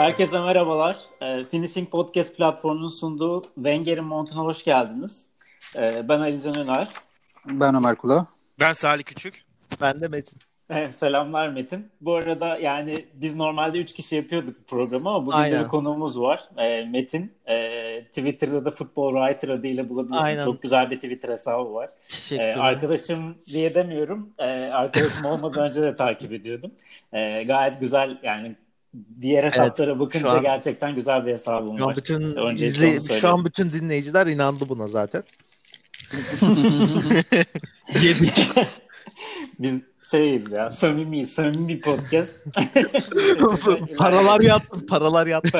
Herkese merhabalar. Finishing Podcast platformunun sunduğu Wenger'in Montuna hoş geldiniz. Ben Ali Can Öner. Ben Ömer Kula. Ben Salih Küçük. Ben de Metin. Selamlar Metin. Bu arada yani biz normalde 3 kişi yapıyorduk bu programı ama bugün de bir konuğumuz var. Metin. Twitter'da da Football Writer adıyla bulabilirsiniz. Aynen. Çok güzel bir Twitter hesabı var. Arkadaşım diye demiyorum. Arkadaşım olmadan önce de takip ediyordum. Gayet güzel yani. Diğer hesaplara bakınca gerçekten güzel bir hesabım var. Şu an bütün dinleyiciler inandı buna zaten. Yedik. Biz şeyiz ya, samimi podcast. Paralar yattı.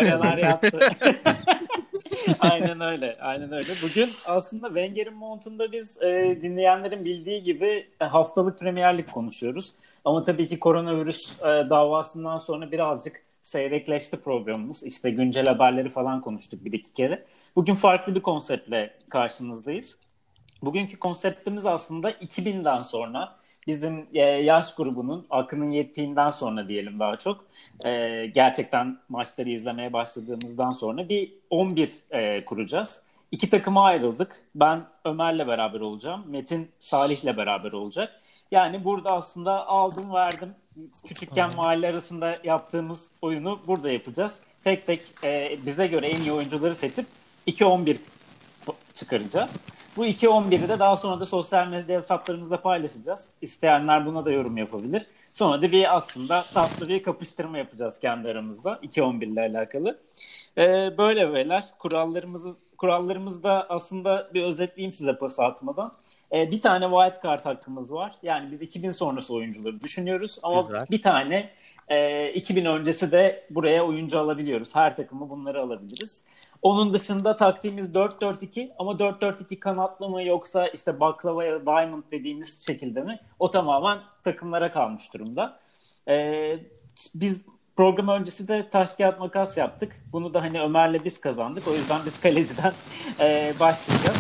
Aynen öyle. Bugün aslında Wenger'in Montunda biz dinleyenlerin bildiği gibi haftalık Premier Lig konuşuyoruz. Ama tabii ki koronavirüs davasından sonra birazcık seyrekleşti programımız. İşte güncel haberleri falan konuştuk bir iki kere. Bugün farklı bir konseptle karşınızdayız. Bugünkü konseptimiz aslında 2000'den sonra bizim yaş grubunun aklının yettiğinden sonra diyelim daha çok. Gerçekten maçları izlemeye başladığımızdan sonra bir 11 kuracağız. İki takıma ayrıldık. Ben Ömer'le beraber olacağım. Metin Salih'le beraber olacak. Yani burada aslında aldım verdim. Küçükken mahalle arasında yaptığımız oyunu burada yapacağız. Tek tek bize göre en iyi oyuncuları seçip 2-11 çıkaracağız. Bu 2-11'i de daha sonra da sosyal medya hesaplarımızda paylaşacağız. İsteyenler buna da yorum yapabilir. Sonra da bir aslında tatlı bir kapıştırma yapacağız kendi aramızda 2-11 ile alakalı. Böyle beyler kurallarımızı da aslında bir özetleyeyim size pas atmadan. Bir tane wild card hakkımız var. Yani biz 2000 sonrası oyuncuları düşünüyoruz ama bir tane 2000 öncesi de buraya oyuncu alabiliyoruz. Her takımı bunları alabiliriz. Onun dışında taktiğimiz 4-4-2 ama 4-4-2 kanatlı mı yoksa işte baklava ya da diamond dediğimiz şekilde mi? O tamamen takımlara kalmış durumda. Biz program öncesi de taş kağıt makas yaptık. Bunu da hani Ömer'le biz kazandık. O yüzden biz kaleciden başlayacağız.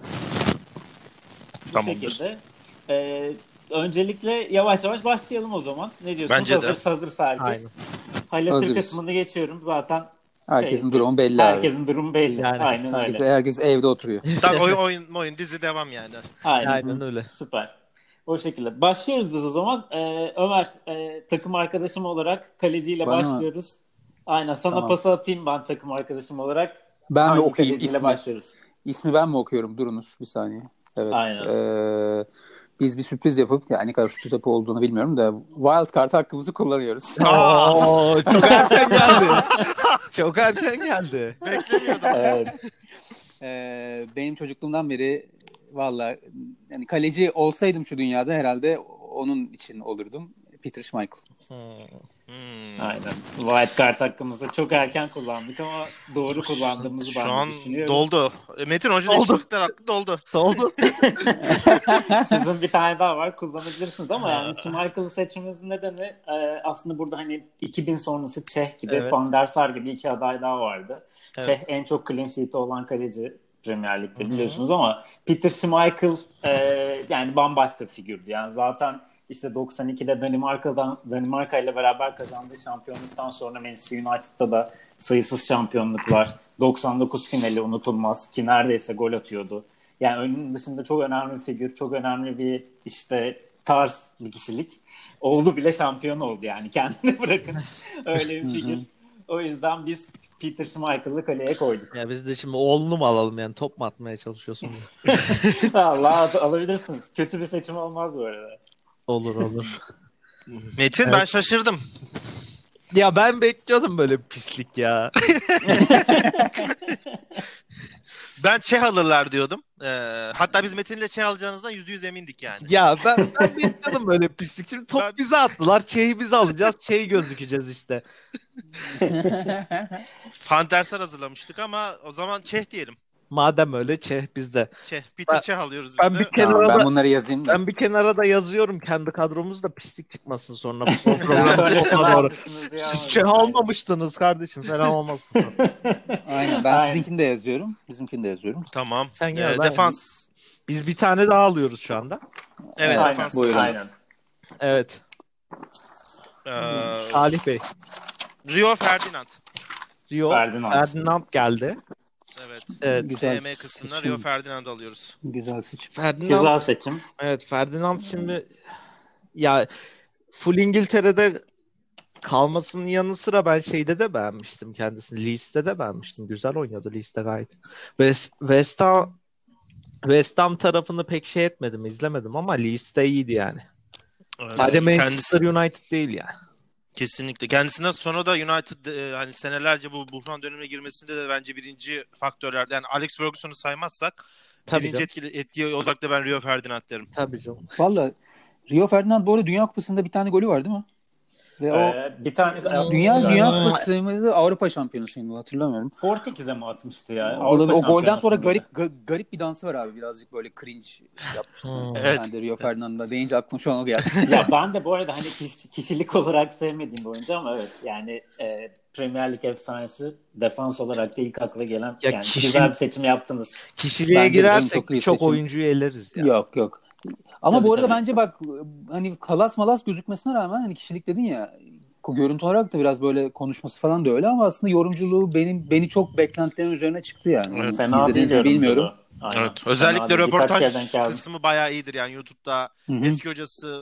Tamamdır. Öncelikle yavaş yavaş başlayalım o zaman. Ne diyorsunuz? Bence de. Hazırsa herkes. Halatır kısmını geçiyorum. Zaten herkesin durumu belli. Herkesin durumu belli. Yani, aynen öyle. Herkes evde oturuyor. Tamam, oyun dizi devam yani. Aynen öyle. Süper. O şekilde. Başlıyoruz biz o zaman. Ömer, takım arkadaşım olarak kaleciyle başlıyoruz. Aynen. Sana pası atayım ben takım arkadaşım olarak. Ben mi okuyayım ismi? Başlıyoruz. İsmi ben mi okuyorum? Durunuz bir saniye. Evet. Aynen. Biz bir sürpriz yapıp, yani ne kadar sürpriz yapı olduğunu bilmiyorum da Wild Card hakkımızı kullanıyoruz. Çok erken geldi. Çok erken geldi. Beklemiyordum. Evet. Benim çocukluğumdan beri valla yani kaleci olsaydım şu dünyada herhalde onun için olurdum. Peter Schmeichel. Aynen. Wild Card hakkımızı çok erken kullandık ama doğru kullandığımızı ben düşünüyorum. Şu an doldu. Metin Hoca değişiklikler hakkı doldu. Sizin bir tane daha var, kullanabilirsiniz ama yani Schmeichel'ı seçmemizin nedeni aslında burada hani 2000 sonrası Çeh gibi, Van der Sar gibi iki aday daha vardı. Evet. Çeh en çok clean sheet'i olan kaleci Premier Lig'de biliyorsunuz ama Peter Schmeichel yani bambaşka bir figürdü. Yani zaten İşte 92'de Danimarka ile beraber kazandığı şampiyonluktan sonra Manchester United'da da sayısız şampiyonluklar, 99 finali unutulmaz ki neredeyse gol atıyordu. Yani onun dışında çok önemli bir figür, çok önemli bir işte tarz bir kişilik. Oldu bile şampiyon oldu yani, kendini bırakın öyle bir figür. O yüzden biz Peter Schmeichel'ı kaleye koyduk. Ya biz de şimdi oğlunu mu alalım yani, top mu atmaya çalışıyorsun? Allah alabilirsiniz. Kötü bir seçim olmaz bu arada. Olur. Metin ben şaşırdım. Ya ben bekliyordum böyle bir pislik ya. Ben Çeh alırlar diyordum. Hatta biz Metin'le Çeh alacağınızdan %100 emindik yani. Ya ben bekliyordum böyle bir pislik. Şimdi top bize attılar. Çeh'i biz alacağız. Çeh'i gözükeceğiz işte. Van der Sar hazırlamıştık ama o zaman Çeh diyelim. Madem öyle Çeh bizde. Peter Çeh alıyoruz biz de. Ben bunları yazayım. Ben bir kenara da yazıyorum, kendi kadromuzda pislik çıkmasın sonra. Siz Çeh almamıştınız kardeşim, falan olmasın. Aynen, ben sizinkini de yazıyorum. Bizimkini de yazıyorum. Tamam. Sen gel, defans. Biz bir tane daha alıyoruz şu anda. Evet, aynen. Defans. Buyurun. Aynen. Evet. Salih Bey. Rio Ferdinand. Rio Ferdinand geldi. Evet. Evet. Güzel DM kısmında seçim. Rio Ferdinand'ı alıyoruz. Güzel seçim. Ferdinand, Güzel seçim. evet, Ferdinand şimdi ya full İngiltere'de kalmasının yanı sıra ben şeyde de beğenmiştim kendisini. Leeds'te de beğenmiştim. Güzel oynuyordu Leeds'te gayet. West Ham tarafını pek şey etmedim, izlemedim ama Leeds'te iyiydi yani. Evet. Sadece Manchester Kendisi United değil yani. kesinlikle. Kendisinden sonra da United hani senelerce bu buhran dönemine girmesinde de bence birinci faktörlerden. Yani Alex Ferguson'u saymazsak Tabii birinci canım. etki olarak da ben Rio Ferdinand derim. Tabii canım. Valla Rio Ferdinand bu arada Dünya Kupası'nda bir tane golü var değil mi? Ve o Bir tane Dünya Kupası mıydı? Avrupa Şampiyonası'ydı hatırlamıyorum. Portekiz'e mi atmıştı ya? Orada o golden sonra Şampiyonası'nda. garip bir dansı var abi. Birazcık böyle cringe yapmıştım. Evet. Ben de Rio Ferdinand'da deyince aklıma şu an o geldi. Ya ben de bu arada hani kişilik olarak sevmediğim bir oyuncu ama evet yani Premier Lig efsanesi defans olarak da ilk akla gelen Ya yani kişi- güzel bir seçim yaptınız. Kişiliğe Bence de girersek çok iyi çok seçim. oyuncuyu eleriz ya. Yok. Ama Tabii, bu arada tabii. bence bak hani kalas malas gözükmesine rağmen hani kişilik dedin ya görüntü olarak da biraz böyle konuşması falan da öyle ama aslında yorumculuğu beni çok beklentilerin üzerine çıktı yani. Evet. Fena değil İzlediniz mi bilmiyorum. yorumculuğu. Aynen. Evet. Fena Özellikle değil. Birkaç kere denk röportaj geldim. kısmı bayağı iyidir yani YouTube'da. Hı hı. Eski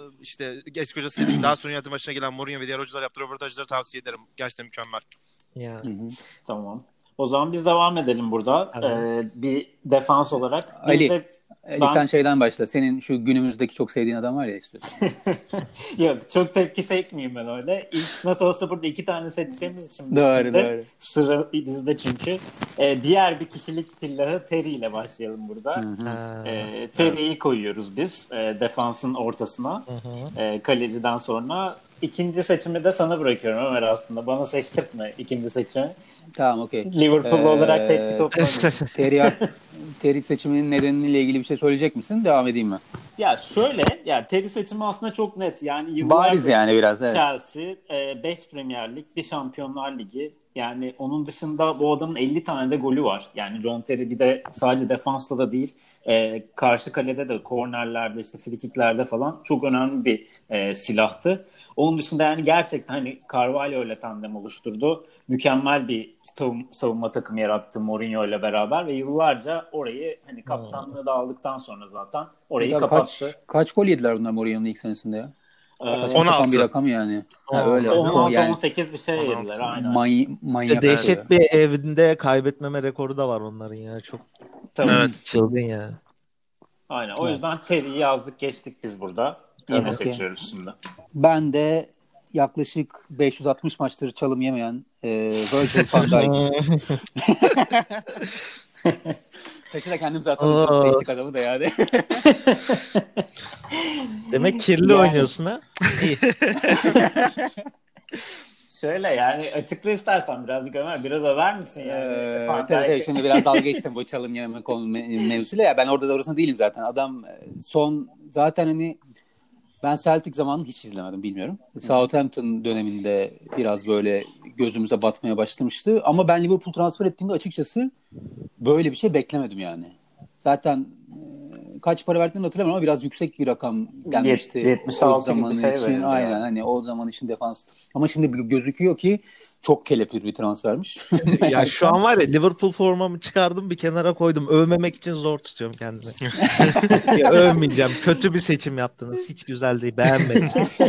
hocası dediğim daha sonra yönetim başına gelen Mourinho ve diğer hocalar yaptığı röportajları tavsiye ederim. Gerçekten mükemmel. Ya. Hı hı. Tamam. O zaman biz devam edelim burada. Evet. Bir defans olarak. Biz Ali. de- Ali Ben- sen şeyden başla. Senin şu günümüzdeki çok sevdiğin adam var ya istiyorsan. Yok çok tepki çekmeyeyim ben öyle. İlk nasıl olsa burada 2 tane seçeceğimiz için biz Doğru, şimdi doğru. sıra bizde çünkü. Diğer bir kişilik tillahı Terry ile başlayalım burada. Ha. Terry'i koyuyoruz biz defansın ortasına. Kaleciden sonra. İkinci seçimi de sana bırakıyorum Ömer aslında. Bana seçtirtme ikinci seçimi. Tamam okey. Liverpool olarak tepki toplamayayım. Terry seçiminin nedeniyle ilgili bir şey söyleyecek misin? Devam edeyim mi? Ya şöyle, ya Terry seçimi aslında çok net. Yani yıllardır Bariz yani biraz, evet. Chelsea, 5 Premier Lig, bir Şampiyonlar Ligi. Yani onun dışında bu adamın 50 tane de golü var. Yani John Terry bir de sadece defansla da değil, karşı kalede de, kornerlerde, işte frikiklerde falan çok önemli bir silahtı. Onun dışında yani gerçekten hani Carvalho ile tandem oluşturdu. Mükemmel bir savunma takımı yarattı Mourinho ile beraber ve yıllarca orayı hani kaptanlığı da aldıktan sonra zaten orayı Tabii kapattı. Kaç gol yediler bunlar Mourinho'nun ilk senesinde ya? Saçma sapan 16. bir rakam yani. Ha, öyle. 16-18 bir şey 16. yediler aynen. Manyak. Dehşet bir evinde kaybetmeme rekoru da var onların ya. Çok Tabii. Evet. çılgın ya. Aynen. O yüzden Terry'i yazdık geçtik biz burada. Yine seçiyoruz şimdi. Ben de yaklaşık 560 maçtır çalım yemeyen Virgil van Dijk. Taşı da kendim zaten seçtik adamı da yani. Demek kirli Yani. oynuyorsun ha? İyi. Şöyle yani açıkla istersen birazcık Ömer. Biraz över misin yani? Tabii şimdi biraz dalga geçtim bu çalım yeme mevzusuyla ya. Ben orada da orasında değilim zaten. Adam son zaten hani ben Celtic zamanını hiç izlemedim bilmiyorum. Southampton döneminde biraz böyle gözümüze batmaya başlamıştı. Ama ben Liverpool transfer ettiğimde açıkçası böyle bir şey beklemedim yani. Zaten kaç para verdiğini hatırlamıyorum ama biraz yüksek bir rakam gelmişti. 76 gibi bir şey için. verildi Aynen yani. hani o zaman için defans. Ama şimdi gözüküyor ki çok kelepir bir transfermiş. Ya şu an var ya Liverpool formamı çıkardım bir kenara koydum. Övmemek için zor tutuyorum kendimi. Ya övmeyeceğim. Kötü bir seçim yaptınız. Hiç güzel değil. Beğenmedim.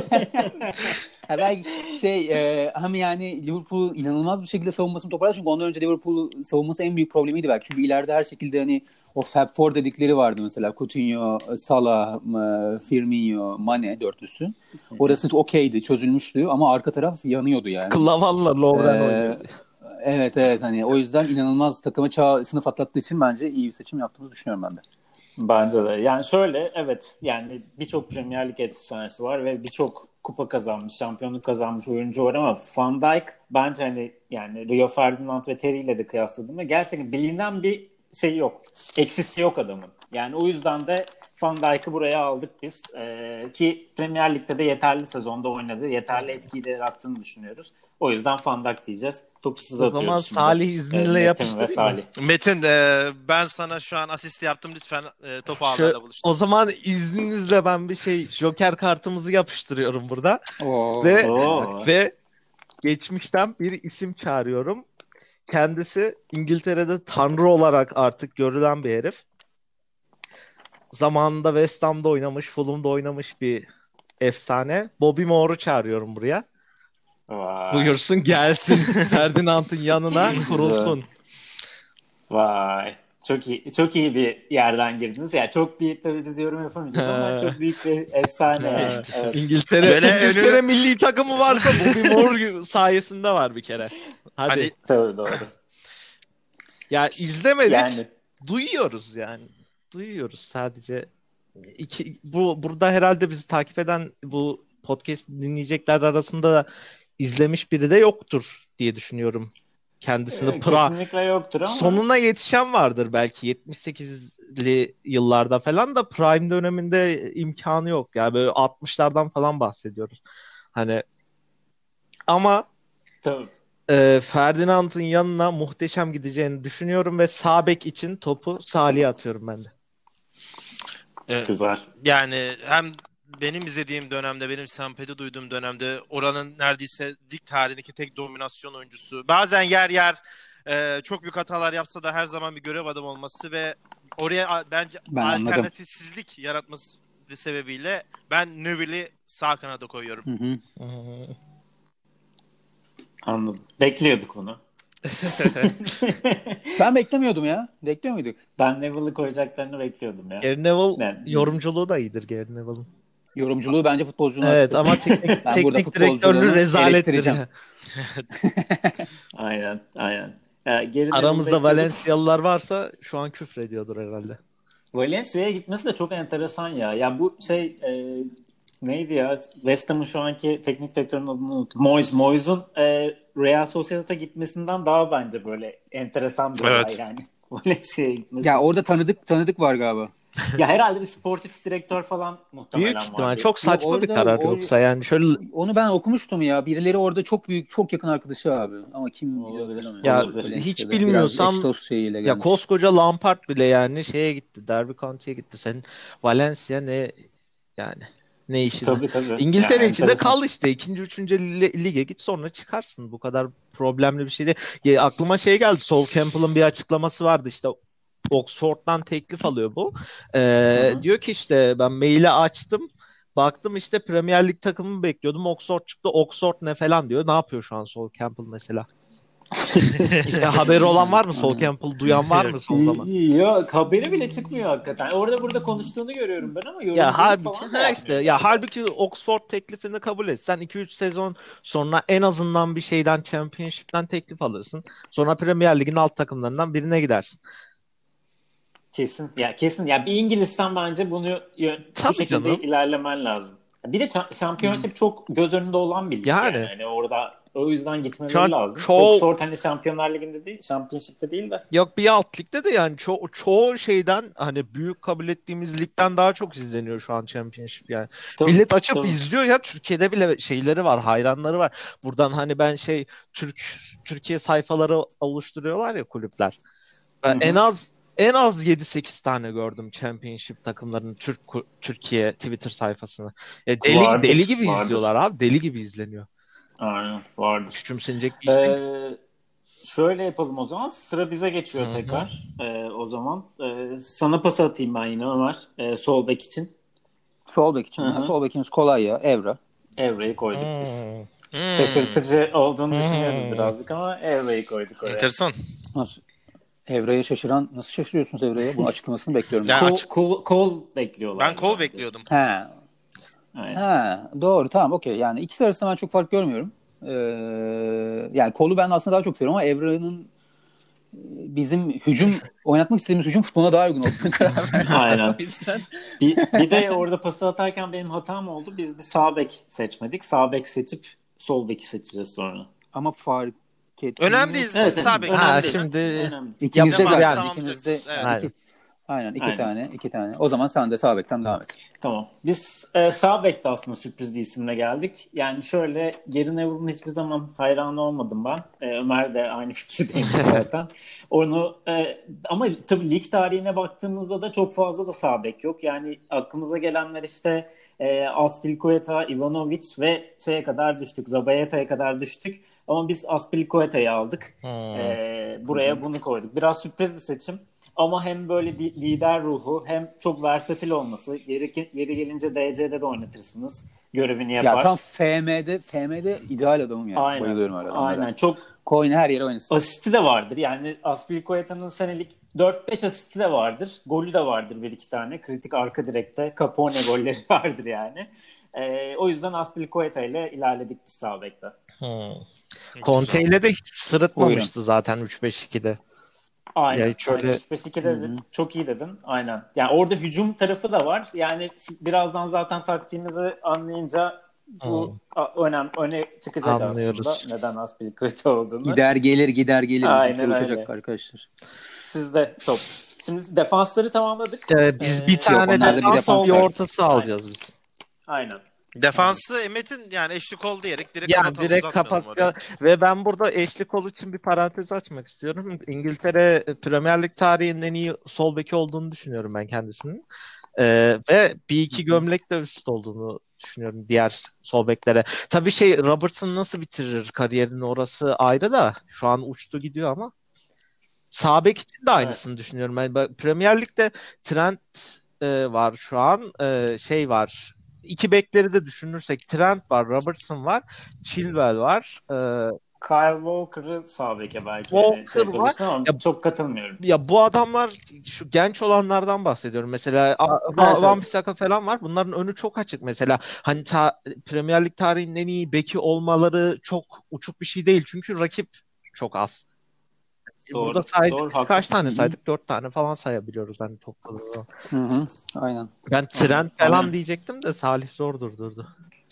Ben hem yani Liverpool inanılmaz bir şekilde savunmasını toparladı. Çünkü ondan önce Liverpool savunması en büyük problemiydi belki. Çünkü ileride her şekilde hani o Fab Four dedikleri vardı mesela. Coutinho, Salah, Firmino, Mane dörtlüsü. Orası okeydi, çözülmüştü ama arka taraf yanıyordu yani. Klavanla Lovren oynuyordu. Evet hani o yüzden inanılmaz takıma sınıf atlattığı için bence iyi bir seçim yaptığımızı düşünüyorum ben de. Bence de. Yani şöyle evet yani birçok Premier Lig efsanesi var ve birçok kupa kazanmış, şampiyonluk kazanmış oyuncu var ama Van Dijk bence hani yani Rio Ferdinand ve Terry ile de kıyasladığımda gerçekten bilinen bir şey yok. Eksisi yok adamın. Yani o yüzden de Van Dijk'ı buraya aldık biz. Ki Premier Lig'de de yeterli sezonda oynadı. Yeterli etkiyi de yarattığını düşünüyoruz. O yüzden Van Dijk diyeceğiz. Topu size atıyoruz. O zaman şimdi. Salih izninle Metin yapıştırayım ve mı? Salih. Metin ben sana şu an asist yaptım. Lütfen topu ağlarla buluştur. O zaman izninizle ben bir Joker kartımızı yapıştırıyorum burada. Oo. Ve geçmişten bir isim çağırıyorum. kendisi İngiltere'de tanrı olarak artık görülen bir herif. Zamanında West Ham'da oynamış, Fulham'da oynamış bir efsane. Bobby Moore'u çağırıyorum buraya. Vay. Buyursun gelsin Ferdinand'ın yanına kurulsun. Vay. Çok iyi, çok iyi bir yerden girdiniz. Yani çok büyük tabii biz yorum yapamayacağız ama çok büyük bir efsane. Yani. Evet. İngiltere milli takımı varsa Bobby Moore sayesinde var bir kere. Hadi. Hani, tabii doğru. Ya izlemedik. Yani. Duyuyoruz yani. Duyuyoruz sadece. Burada herhalde bizi takip eden bu podcast dinleyecekler arasında da izlemiş biri de yoktur diye düşünüyorum. Kendisini kesinlikle yoktur ama. Sonuna yetişen vardır belki 78'li yıllarda falan da prime döneminde imkanı yok. Yani böyle 60'lardan falan bahsediyoruz. Hani ama tabii. Ferdinand'ın yanına muhteşem gideceğini düşünüyorum ve sağ bek için topu Salih'e atıyorum ben de. Güzel. Yani hem benim izlediğim dönemde, benim sempati duyduğum dönemde oranın neredeyse lig tarihindeki tek dominasyon oyuncusu. Bazen yer çok büyük hatalar yapsa da her zaman bir görev adamı olması ve oraya bence alternatifsizlik yaratması sebebiyle ben Neville'i sağ kanada koyuyorum. Anladım. Bekliyorduk bunu. Ben beklemiyordum ya. Bekliyor muyduk? Ben Neville'ı koyacaklarını bekliyordum ya. Gary Neville yorumculuğu da iyidir Gary Neville'ın. Yorumculuğu bence futbolcunun evet ama teknik direktörlüğü rezalettir. Aynen. Aramızda Valencialılar varsa şu an küfrediyordur herhalde. Valencia'ya gitmesi de çok enteresan ya. Ya bu neydi ya? West Ham'ın şu anki teknik direktörünün adını unuttum. Moyes'un Real Sociedad'a gitmesinden daha bence böyle enteresan bir olay yani. Valencia'ya gitmesi. Ya orada tanıdık var galiba. Ya herhalde bir sportif direktör falan muhtemelen büyük ihtimal. vardı. Çok saçma bir karar yoksa yani şöyle. Onu ben okumuştum ya. Birileri orada çok yakın arkadaşı abi. Ama kim hatırlamıyorum. Ya hiç bilmiyorsam ya koskoca Lampard bile yani şeye gitti. Derby County'ye gitti. Sen Valencia ne yani ne işin? Tabii. İngiltere yani içinde kal işte. 2. 3. lige git sonra çıkarsın. Bu kadar problemli bir şey değil. Ya, aklıma geldi. Sol Campbell'ın bir açıklaması vardı işte. Oxford'dan teklif alıyor bu. Diyor ki işte ben maili açtım. Baktım işte Premier Lig takımını bekliyordum. Oxford çıktı. Oxford ne falan diyor. Ne yapıyor şu an Sol Campbell mesela? İşte haberi olan var mı? Sol Campbell duyan var mı son zaman? Yok haberi bile çıkmıyor hakikaten. Orada burada konuştuğunu görüyorum ben ama halbuki Oxford teklifini kabul etsen 2-3 sezon sonra en azından bir şeyden Championship'ten teklif alırsın. Sonra Premier Lig'in alt takımlarından birine gidersin. Kesin. Ya bir İngiliz'den bence bunu bu şekilde ilerlemen lazım. Bir de Championship çok göz önünde olan bir lig yani orada o yüzden gitmeleri lazım. Oxford hani Şampiyonlar Ligi'nde değil, Championship'te değil de. Yok bir alt ligde de yani çoğu şeyden hani büyük kabul ettiğimiz ligden daha çok izleniyor şu an Championship yani. Millet açıp izliyor ya, Türkiye'de bile şeyleri var, hayranları var. Buradan hani ben Türkiye sayfaları oluşturuyorlar ya kulüpler. Ben en az 7-8 tane gördüm Championship takımlarının Türkiye Twitter sayfasını. Deli gibi izliyorlar abi. Deli gibi izleniyor. Aynen. Vardır. Küçümsenecek bir iş değil. Şöyle yapalım o zaman. Sıra bize geçiyor tekrar. O zaman. Sana pas atayım ben yine Ömer. Sol bek için. Sol bek için. Sol bekimiz kolay ya. Evra'yı koyduk biz. Şaşırtıcı olduğunu düşünüyoruz birazcık ama Evra'yı koyduk oraya. Enteresan. Nasıl? Evra'ya nasıl şaşırıyorsunuz Evra'ya? Bunun açıklamasını bekliyorum. Kol bekliyorlar. Ben kol bekliyordum. Doğru, tamam, okey. Yani ikisi arasında ben çok fark görmüyorum. Yani kolu ben aslında daha çok seviyorum ama Evra'nın bizim oynatmak istediğimiz hücum futboluna daha uygun olduğunu karar verdim. Aynen. bir de orada pası atarken benim hatam oldu. Biz bir sağ bek seçmedik. Sağ bek seçip sol beki seçeceğiz sonra. Ama fark önemli değil. Sağ bek. Şimdi ikimizde de yani. Aynen iki tane. O zaman sen de sağ bekten devam et. Tamam. Biz sağ bekte aslında sürpriz bir isimle geldik. Yani şöyle Gary Neville'ın hiçbir zaman hayranı olmadım ben. Ömer de aynı fikirdeyim zaten. Ama tabii lig tarihine baktığımızda da çok fazla da sağ bek yok. Yani aklımıza gelenler işte Azpilicueta, Ivanovic ve şeye kadar düştük. Zabayeta'ya kadar düştük. Ama biz Azpilicueta'yı aldık. Buraya bunu koyduk. Biraz sürpriz bir seçim. Ama hem böyle lider ruhu hem çok versatil olması. Yeri gelince DC'de de oynatırsınız. Görevini yapar. Ya tam FM'de ideal adamım yani. Aynen. Bayılıyorum öyle. Aynen. Çok Coin her yere oynasın. asisti de vardır. Yani Azpilicueta'nın senelik 4-5 asisti de vardır. Golü de vardır 1-2 tane. Kritik arka direkte Capone golleri vardır yani. O yüzden Azpilicueta ile ilerledik biz sağ bekte. Conte ile de hiç sırıtmamıştı zaten 3-5-2'de. Aynen. Yani şöyle... Aynen. 3-5-2'de çok iyi dedin. Aynen. Yani orada hücum tarafı da var. Yani birazdan zaten taktiğimizi anlayınca bu öne çıkacak aslında. Neden Azpilicueta olduğunu. Gider gelir. Aynen Uçacak arkadaşlar. Sizde top. Şimdi defansları tamamladık. Biz bir tane defans bir ortası alacağız biz. Aynen. Defansı Emet'in yani eşli kol diyerek direkt yani direkt kapatacağız. Ve ben burada eşli kol için bir parantez açmak istiyorum. İngiltere Premier Lig tarihinin en iyi sol beki olduğunu düşünüyorum ben kendisinin. Ve bir iki gömlek de üst olduğunu düşünüyorum diğer sol beklere. Tabii Robertson nasıl bitirir kariyerini orası ayrı da şu an uçtu gidiyor ama sağ bek için de aynısını düşünüyorum. Yani Premier Lig'de Trent var şu an. Var. İki bekleri de düşünürsek Trent var, Robertson var, Chilwell var. Kyle Walker'ı sağ beke belki Walker var. Ama çok katılmıyorum. Ya bu adamlar şu genç olanlardan bahsediyorum. Mesela Wan-Bissaka falan var. Bunların önü çok açık mesela. Hani Premier Lig tarihinin en iyi beki olmaları çok uçuk bir şey değil. Çünkü rakip çok az. Doğru, burada saydık. Doğru, kaç tane saydık? 4 tane falan sayabiliyoruz ben toplamda. Aynen. Ben Trent falan diyecektim de Salih zor durdurdu.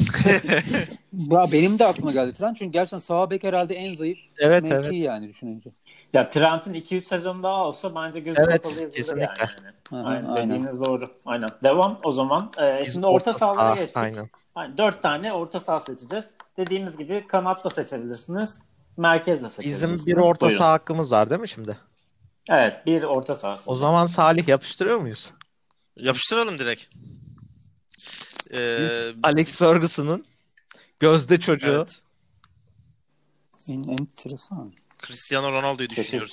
Ya benim de aklıma geldi Trent çünkü gerçekten sağ bek herhalde en zayıf mevki yani düşününce. Ya Trent'in 2-3 sezon daha olsa bence gözü kapalı yazılır yani. Aynen. Dediğiniz doğru. Aynen. Devam o zaman. Şimdi orta sahalara geçtik. Aynen. 4 tane orta saha seçeceğiz. Dediğimiz gibi kanat da seçebilirsiniz. Merkez de seçebilirsiniz. Bizim bir orta saha hakkımız var değil mi şimdi? Evet, bir orta saha. O zaman Salih yapıştırıyor muyuz? Yapıştıralım direkt. Alex Ferguson'ın gözde çocuğu. Evet. Enteresan. Cristiano Ronaldo'yu düşünüyoruz.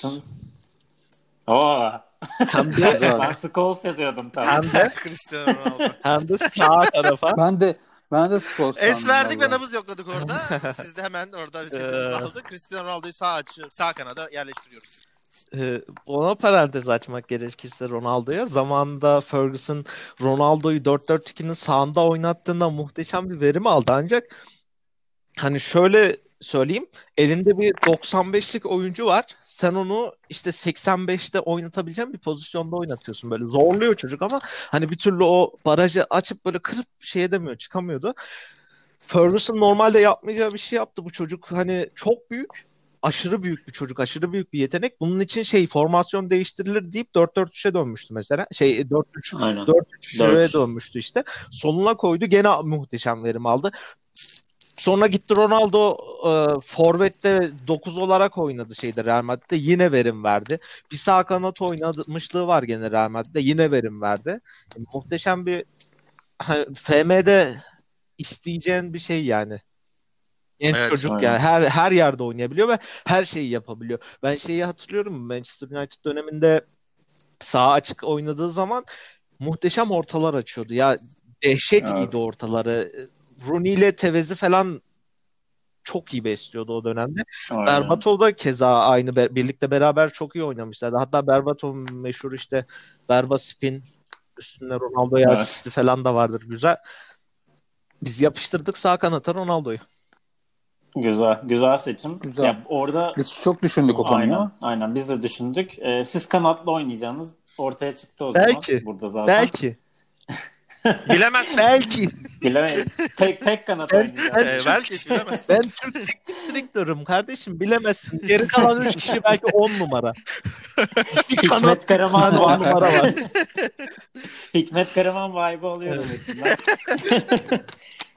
Hem de ben Scholes yazıyordum tabii. Hem de Cristiano Ronaldo. Hem de sağ tarafa. Ben de Scholes. Es verdik ve nabız yokladık orada. Siz de hemen orada bir sesimizi aldık. Cristiano Ronaldo'yu sağ kanada yerleştiriyoruz. Ona parantez açmak gerekirse Ronaldo'ya. Zamanında Ferguson Ronaldo'yu 4-4-2'nin sağında oynattığında muhteşem bir verim aldı. Ancak hani şöyle söyleyeyim. Elinde bir 95'lik oyuncu var. Sen onu işte 85'te oynatabileceğin bir pozisyonda oynatıyorsun. Böyle zorluyor çocuk ama hani bir türlü o barajı açıp böyle kırıp çıkamıyordu. Ferguson normalde yapmayacağı bir şey yaptı. Bu çocuk hani çok büyük. Aşırı büyük bir çocuk, aşırı büyük bir yetenek. Bunun için formasyon değiştirilir deyip 4-4-3'e dönmüştü mesela. 4-3'e dönmüştü işte. Sonuna koydu, gene muhteşem verim aldı. Sonra gitti Ronaldo forvette 9 olarak oynadı Real Madrid'de, yine verim verdi. Bir sağ kanat oynamışlığı var gene Real Madrid'de, yine verim verdi. Muhteşem bir FM'de isteyeceğin bir şey yani. Çocuk yani her yerde oynayabiliyor ve her şeyi yapabiliyor. Ben hatırlıyorum, Manchester United döneminde sağ açık oynadığı zaman muhteşem ortalar açıyordu. Ya dehşet iyiydi ortaları. Rooney ile Tevez'i falan çok iyi besliyordu o dönemde. Berbatov da keza aynı birlikte beraber çok iyi oynamışlardı. Hatta Berbatov meşhur Berba spin üstünde Ronaldo'ya asisti falan da vardır, güzel. Biz yapıştırdık sağ kanata Ronaldo'yu. Güzel seçim. Güzel. Ya orada biz çok düşündük o konuyu. Aynen biz de düşündük. Siz kanatla oynayacağınız ortaya çıktı o zaman. Burada zaten. Belki. Bilemezsin. Belki. Bilemeyiz. Tek kanat oynayacağız. Belki hiç bilemezsin. Ben Türk teknik direktörüm kardeşim, bilemezsin. Geri kalan 3 kişi belki 10 numara. Hikmet Karaman 10 numara var. Hikmet Karaman vibe'ı alıyorum.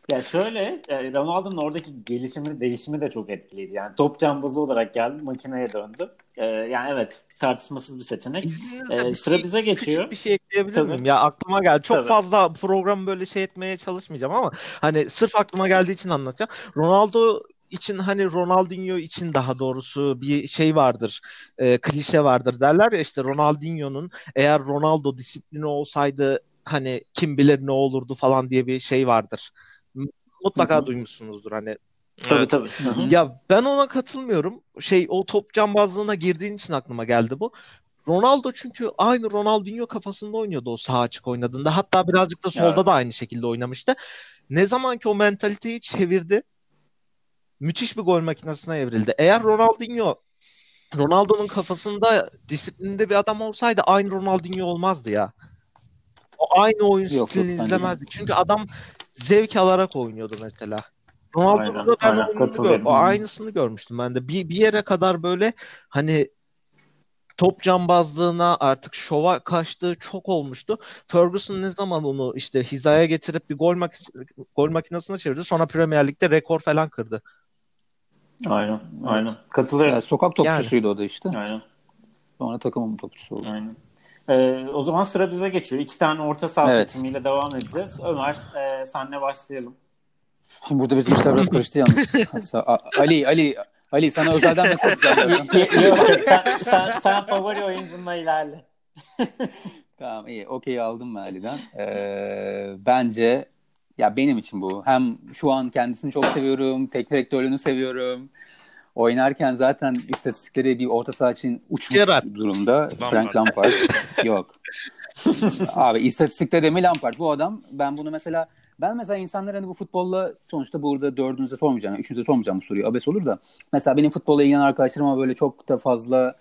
Ya şöyle, Ronaldo'nun oradaki gelişimi, değişimi de çok etkileyici. Yani top cambazı olarak geldi, makineye döndü. Yani evet, tartışmasız bir seçenek. İzninizle Sıra bize geçiyor. küçük bir şey ekleyebilir Tabii. miyim? Ya aklıma geldi. Çok Tabii. fazla programı böyle şey etmeye çalışmayacağım ama hani sırf aklıma geldiği için anlatacağım. Ronaldo için, hani Ronaldinho için daha doğrusu bir şey vardır. Klişe vardır derler ya, işte Ronaldinho'nun eğer Ronaldo disiplini olsaydı hani kim bilir ne olurdu falan diye bir şey vardır. Mutlaka duymuşsunuzdur hani. Tabii tabii. Ya ben ona katılmıyorum. O top cambazlığına girdiğin için aklıma geldi bu. Ronaldo çünkü aynı Ronaldinho kafasında oynuyordu o sağ açık oynadığında. Hatta birazcık da solda da aynı şekilde oynamıştı. Ne zaman ki o mentaliteyi çevirdi, müthiş bir gol makinesine evrildi. Eğer Ronaldo'nun kafasında disiplinde bir adam olsaydı aynı Ronaldinho olmazdı ya. O aynı oyun stilini izlemezdi. Çünkü adam zevk alarak oynuyordu mesela. Ronaldo'da ben o aynısını görmüştüm ben de. Bir yere kadar böyle hani top cambazlığına, artık şova kaçtığı çok olmuştu. Ferguson ne zaman onu işte hizaya getirip bir gol makinesine çevirdi. Sonra Premier Lig'de rekor falan kırdı. Aynen. Katılıyorum. Yani sokak topçusuydu o da işte. Aynen. Sonra takımın topçusu oldu. Aynen. O zaman sıra bize geçiyor. 2 tane orta saha seçimiyle devam edeceğiz. Ömer, senle başlayalım. Şimdi burada bizim işler biraz karıştı yalnız. Ali sana özelden mesaj atacağım. Yok, sen favori oyuncunla ilerle. Tamam, iyi. Okey, aldım ben Ali'den. Bence ya benim için bu. Hem şu an kendisini çok seviyorum. Teknik direktörlüğünü seviyorum. Oynarken zaten istatistikleri bir orta saha için uçmuş durumda. Frank Lampard. Yok. Abi istatistikte de mi Lampard? Bu adam, ben mesela insanlar hani bu futbolla, sonuçta burada dördünüze sormayacağım, üçünüze sormayacağım bu soruyu. Abes olur da. Mesela benim futbolla ilgilenen arkadaşlarıma böyle çok da fazla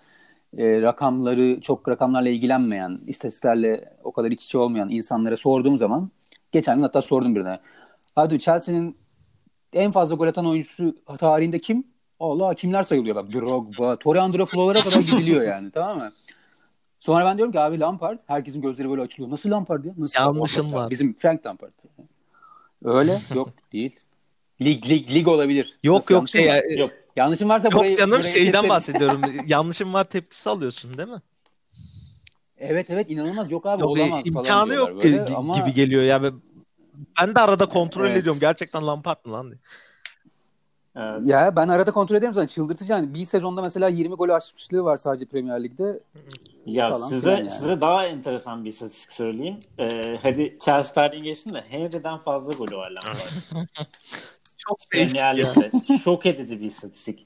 çok rakamlarla ilgilenmeyen, istatistiklerle o kadar iç içe olmayan insanlara sorduğum zaman, geçen gün hatta sordum birine. Abi Chelsea'nin en fazla gol atan oyuncusu tarihinde kim? Allah, kimler sayılıyor? Bak Drogba, Torre André kadar gidiliyor yani, tamam mı? Sonra ben diyorum ki abi Lampard, herkesin gözleri böyle açılıyor. Nasıl Lampard ya? Nasıl? Yanlışım var. Bizim Frank Lampard. Öyle? Yok değil. Lig olabilir. Yok. Yanlışım varsa burayı şeyden bahsediyorum. Yanlışım var tepkisi alıyorsun değil mi? Evet inanılmaz. Yok abi, olamaz imkanı falan diyorlar yok böyle ama... gibi geliyor ya. Ben de arada kontrol ediyorum. Gerçekten Lampard mı lan diye. Evet. Ya ben arada kontrol ederim zaten, çıldırtıcı yani. Bir sezonda mesela 20 gol açmışlığı var sadece Premier Lig'de. Ya size daha enteresan bir istatistik söyleyeyim. Hadi Chelsea tarihini geçtim de Henry'den fazla golü var Lampard'ın. Çok değişik ya. Şok edici bir istatistik.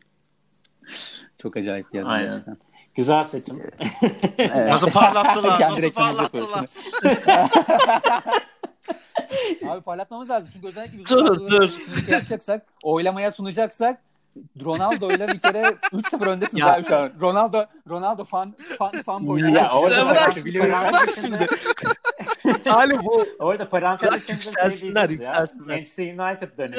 Çok acayip geldi. Aynen. Güzel seçim. Nasıl parlattılar? Nasıl parlattılar? Abi parlatmamız lazım. Çünkü özellikle biz dur. yapacaksak, oylamaya sunacaksak, Ronaldo'yla bir kere 3-0 öndesiniz abi şu an. Ronaldo fan boyu. Ya orada bırak şimdi. Halim bu. Orada parantez içinde Manchester United dönemi.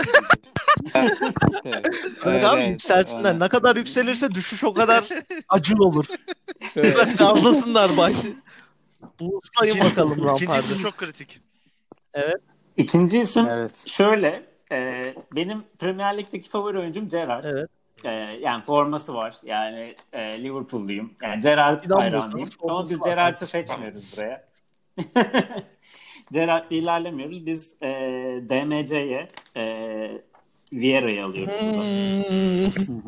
Evet, yükselsinler. Ne kadar yükselirse düşüş o kadar acı olur. Gazlasınlar başı. Bulsayın bakalım Lampard'ı. İkinci isim çok kritik. Evet. İkinci isim şöyle. Benim Premier Lig'deki favori oyuncum Gerrard. Evet. Yani forması var. Yani Liverpool'luyum. Yani Gerrard hayranıyım. Ama biz Gerrard'ı seçmiyoruz buraya. Gerrard'la ilerlemiyoruz. Biz DMC'ye Vieira'yı alıyoruz burada.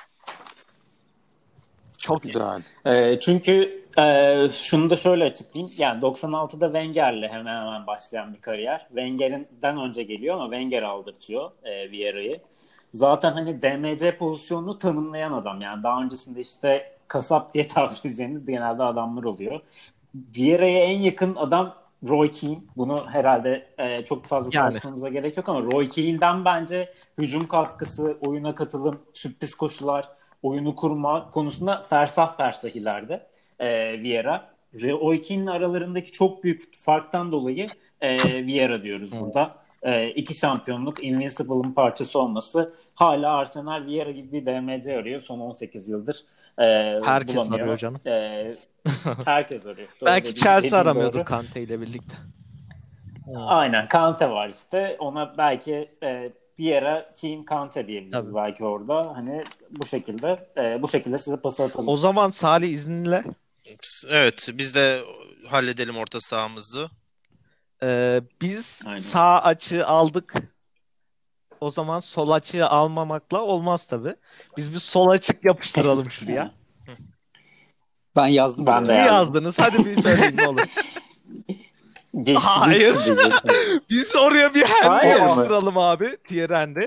Çok güzel. Çünkü şunu da şöyle açıklayayım. Yani 96'da Wenger'le hemen başlayan bir kariyer. Wenger'den önce geliyor ama Wenger aldırtıyor Vieira'yı. Zaten hani DMC pozisyonunu tanımlayan adam. Yani daha öncesinde işte kasap diye tabir edeceğiniz genelde adamlar oluyor. Vieira'ya en yakın adam Roy Keane. Bunu herhalde çok fazla tartışmamıza gerek yok ama Roy Keane'den bence hücum katkısı, oyuna katılım, sürpriz koşular, oyunu kurma konusunda fersah ileride Vieira. Roy Keane'in aralarındaki çok büyük farktan dolayı Vieira diyoruz burada. 2 şampiyonluk, Invincible'ın parçası olması. Hala Arsenal Vieira gibi bir DMC arıyor son 18 yıldır. Herkes bulamıyor. arıyor canım. Herkes arıyor. Belki Chelsea aramıyordur Kante ile birlikte. Aynen. Kante var işte. Ona belki Vieira, Keane, Kante diyebiliriz Tabii. belki orada. Hani bu şekilde size pası atalım. O zaman Salih izninle Evet, biz de halledelim orta sahamızı. biz Aynen. sağ açığı aldık. O zaman sol açığı almamakla olmaz tabii. Biz bir sol açık yapıştıralım şuraya. Ben yazdım. Ben de Ne yazdım. yazdınız? Hadi bir söyleyin ne olur. Hayır. Geçsin diyeceksin. Biz oraya bir Henry Hayır mı? yapıştıralım abi. Thierry Henry.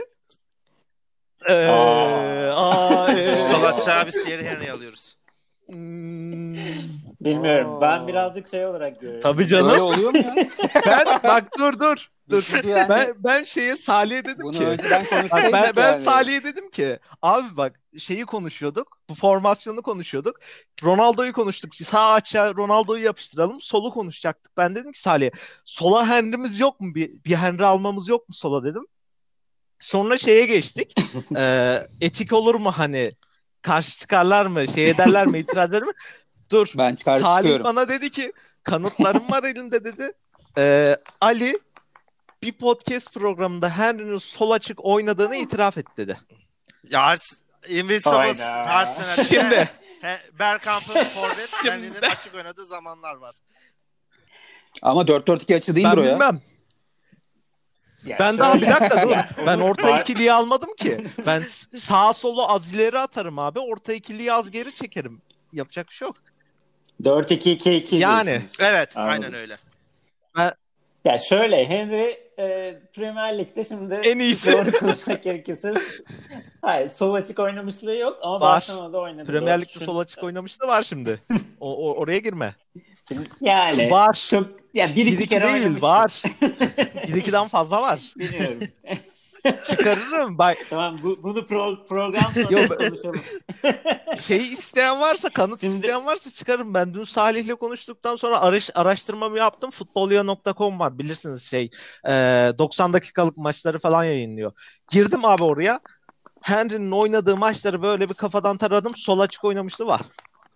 Sol açığa biz Thierry Henry alıyoruz. Bilmiyorum. Ben birazcık şey olarak görüyorum. Tabii Öyle canım. oluyor mu ya? Bak dur. Çünkü yani Ben Salih'e dedim bunu ki. önceden Bak, konuşsaydık ben yani. Salih'e dedim ki abi bak şeyi konuşuyorduk. Bu formasyonu konuşuyorduk. Ronaldo'yu konuştuk. Sağ açığa Ronaldo'yu yapıştıralım. Solu konuşacaktık. Ben dedim ki Salih'e sola Henry'miz yok mu? Bir Henry almamız yok mu sola dedim. Sonra şeye geçtik. Etik olur mu hani? Karşı çıkarlar mı? Şey ederler mi? İtiraz eder mi? Dur. Ben karşı Salih çıkıyorum. bana dedi ki kanıtlarım var elimde dedi. Ali bir podcast programında Henry'nin sol açık oynadığını itiraf et dedi. Ya Invincibles Hayda. her sene Şimdi. Bergkamp'ın forvet, Şimdi. Henry'nin açık oynadığı zamanlar var. Ama 4-4-2 açı değildir Ben o ya. bilmem. Ya Ben daha bir dakika dur. Ya, Ben olur. orta ikiliyi almadım ki. Ben sağa solu az ileri atarım abi. Orta ikiliyi az geri çekerim. Yapacak bir şey yok. 4-2-2-2 Yani. diyorsunuz. Evet, Anladım. aynen öyle. Ya şöyle Henry Premier Lig'de şimdi En iyisi. doğru konuşmak gerekirse hayır sol açık oynamışlığı yok ama Var. Barcelona'da oynadı. Premier Lig'de Doğrusu. sol açık oynamış da var şimdi. Oraya girme. Yani Var. çok ya bir iki 1-2 kere değil oynamıştır. var. 1-2'den fazla var. Bilmiyorum. Çıkarırım. Bak Tamam bunu program Yok, sonrası konuşalım. şey isteyen varsa, kanıt Şimdi- isteyen varsa çıkarım. Ben dün Salih'le konuştuktan sonra araştırmamı yaptım. Futbolya.com var bilirsiniz 90 dakikalık maçları falan yayınlıyor. Girdim abi oraya. Henry'nin oynadığı maçları böyle bir kafadan taradım. Sol açık oynamışlığı var.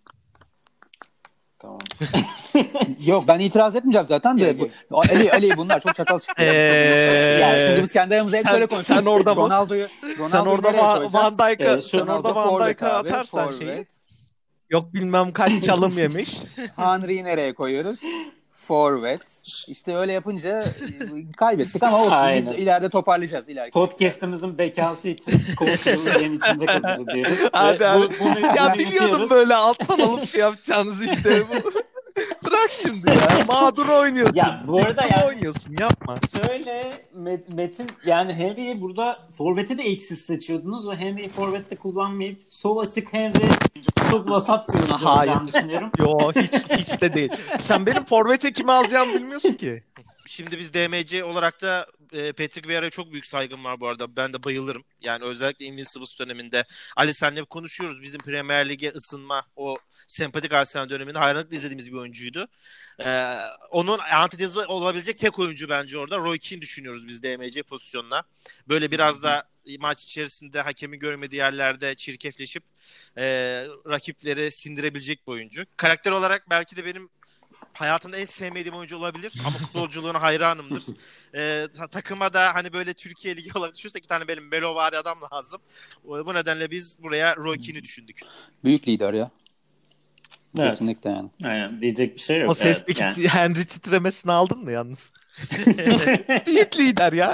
Tamam. Yok ben itiraz etmeyeceğim zaten de. Yok, Ali bunlar çok çatal çıktı. Yani çünkü biz kendi aramızda hep sen- böyle konuşuyoruz. sen orada Ronaldo'yu Sen orada nereye koyacağız? Van Dijk'a Şu sen orada Van forvet Dijk'a abi, atarsan forvet. şeyi. Yok bilmem kaç çalım yemiş. Henry'yi nereye koyuyoruz? Forvet. İşte öyle yapınca kaybettik ama olsun. Aynen. Biz ileride toparlayacağız. İleriki. Podcast'ımızın bekası için koltuğumuzun yeni içinde kabul ediyoruz. Hadi, Ve hadi. bunu Ya biliyordum yutuyoruz. böyle alttan alıp şey yapacağınızı işte bu. Bırak şimdi ya. Mağdur oynuyorsun. Ya bu arada Mağdur yani oynuyorsun yapma. şöyle Metin yani Henry'yi burada forveti de ilk siz seçiyordunuz ve Henry'yi forvette kullanmayıp sol açık Henry çok vasat bir oyuncu Hayır. olacağını düşünüyorum. Yo hiç de değil. Sen benim forvete kimi alacağımı bilmiyorsun ki. Şimdi biz DMC olarak da Patrick Vieira'ya çok büyük saygım var bu arada. Ben de bayılırım. Yani özellikle Invincibles döneminde. Ali senle konuşuyoruz. Bizim Premier Lig'e ısınma, o sempatik Arsenal döneminde hayranlıkla izlediğimiz bir oyuncuydu. Onun antitezi olabilecek tek oyuncu bence orada. Roy Keane düşünüyoruz biz DMC pozisyonuna. Böyle biraz da maç içerisinde hakemin görmediği yerlerde çirkefleşip rakipleri sindirebilecek bir oyuncu. Karakter olarak belki de benim hayatımda en sevmediğim oyuncu olabilir ama futbolculuğuna hayranımdır. Takıma da hani böyle Türkiye Ligi olarak düşünürsek 2 tane benim Melovari adam lazım. Bu nedenle biz buraya Roy Keane'i düşündük. Büyük lider ya. Evet. Kesinlikle yani. Aynen diyecek bir şey yok. O sesteki Evet, yani. Henry titremesini aldın mı yalnız? Büyük lider ya.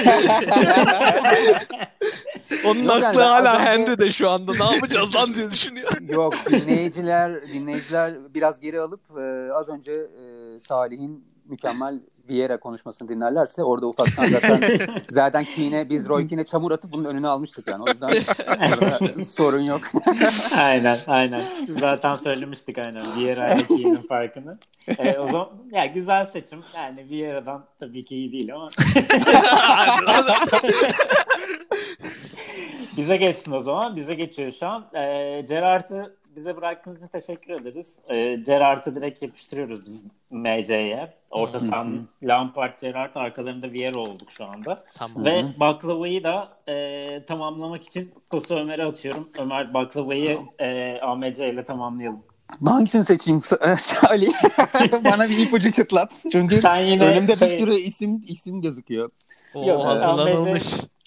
Onun Yok yani aklı ben hala az önce- Henry'de şu anda. Ne yapacağız lan diye düşünüyor. Yok dinleyiciler biraz geri alıp az önce Salih'in mükemmel Vieira konuşmasını dinlerlerse orada ufaktan zaten biz Roy Keane'e çamur atıp bunun önünü almıştık yani. O yüzden sorun yok. Aynen. Zaten söylemiştik aynen Vieira ile Keane'in farkını. O zaman ya güzel seçim. Yani Vieira'dan tabii ki iyi değil ama. Bize geçsin o zaman. Bize geçiyor şu an. Gerard'ı bize bıraktığınız için teşekkür ederiz. Gerard'ı direkt yapıştırıyoruz biz MC'ye. Orta sahanın Lampard, Gerrard arkalarında Vieira olduk şu anda. Tamam. Ve baklavayı da tamamlamak için pası Ömer'e atıyorum. Ömer baklavayı AMC ile tamamlayalım. Hangisini seçeyim Salih? Bana bir ipucu çıtlat. Çünkü Sen yine önümde bir sürü isim gözüküyor. Yok, hazırlanılmış.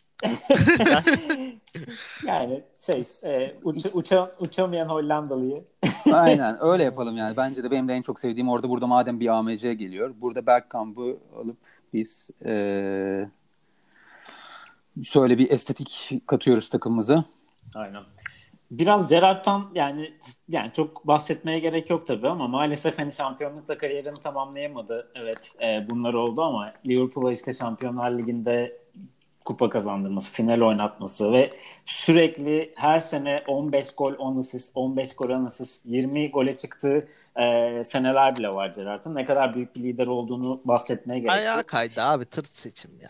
Yani uçamayan Hollandalı'yı. Aynen öyle yapalım yani. Bence de benim de en çok sevdiğim orada burada madem bir AMC geliyor. Burada Bergkamp'ı alıp biz şöyle bir estetik katıyoruz takımımıza. Aynen. Biraz Gerrard'tan yani çok bahsetmeye gerek yok tabii ama maalesef hani şampiyonlukla kariyerini tamamlayamadı. Evet, bunlar oldu ama Liverpool'a işte Şampiyonlar Ligi'nde kupa kazandırması, final oynatması ve sürekli her sene 15 gol 10 asist, 15 gol 10 asist, 20 gole çıktığı seneler bile var Gerrard'ın. Ne kadar büyük bir lider olduğunu bahsetmeye gerek yok. Ayağa kaydı abi, tırt seçim ya.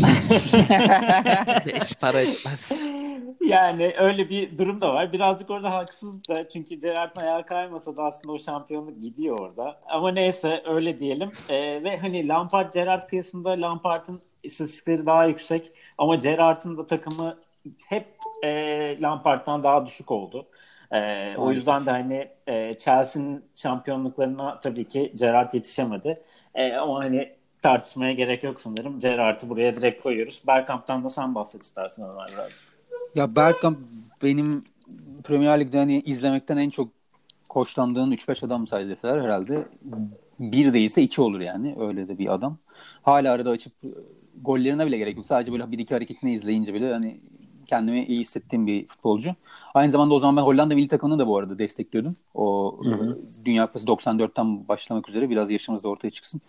Hiç para etmez. Yani öyle bir durum da var. Birazcık orada haksız da çünkü Gerrard'ın ayağı kaymasa da aslında o şampiyonluk gidiyor orada. Ama neyse öyle diyelim. Ve hani Lampard-Gerrard kıyasında Lampard'ın istatistikleri daha yüksek ama Gerrard'ın da takımı hep Lampard'dan daha düşük oldu. O yüzden de hani Chelsea'nin şampiyonluklarına tabii ki Gerrard yetişemedi. Ama hani tartışmaya gerek yok sanırım. Gerrard'ı buraya direkt koyuyoruz. Bergkamp'tan da sen bahset istersen Ömer birazcık. Ya Bergkamp benim Premier Lig'de hani izlemekten en çok hoşlandığım 3-5 adam sayılırsa herhalde bir değilse 2 olur yani. Öyle de bir adam. Hala arada açıp gollerine bile gerek yok. Sadece böyle bir iki hareketini izleyince bile hani kendimi iyi hissettiğim bir futbolcu. Aynı zamanda o zaman ben Hollanda milli takımını da bu arada destekliyordum. O Dünya Kupası 94'ten başlamak üzere biraz yaşımız da ortaya çıksın.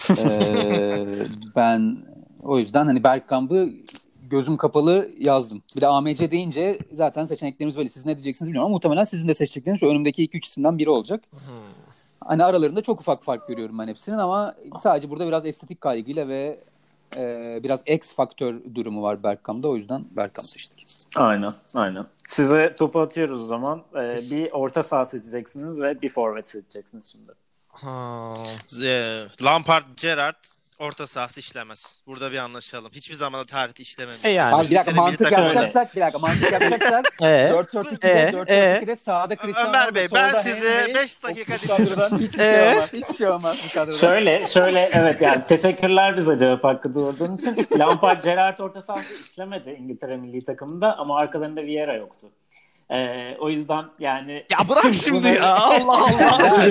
Ben o yüzden hani Bergkamp'ı gözüm kapalı yazdım. Bir de AMC deyince zaten seçeneklerimiz böyle. Siz ne diyeceksiniz bilmiyorum ama muhtemelen sizin de seçecekleriniz şu önümdeki 2-3 isimden biri olacak. Hani aralarında çok ufak fark görüyorum ben hepsinin ama sadece burada biraz estetik kaygıyla ve biraz X faktör durumu var Bergkamp'da. O yüzden Bergkamp seçtik. Aynen. Size topu atıyoruz o zaman. Bir orta saha seçeceksiniz ve bir forvet seçeceksiniz şimdi. Lampard, Gerrard orta sahası işlemez. Burada bir anlaşalım. Hiçbir zaman da tarihte işlememiş. Yani. Abi bir dakika mantık yapacaksak 4-4-2'de sağda Cristiano Ömer Bey ben size 5 dakika dinliyorum. Hiçbir şey olmaz bu kadrodan. Şöyle evet yani teşekkürler bize cevap hakkı doğurduğun için. Lampard, Gerrard orta sahası işlemedi İngiltere milli takımında ama arkalarında Vieira yoktu. O yüzden yani ya bırak şimdi ya Allah Allah.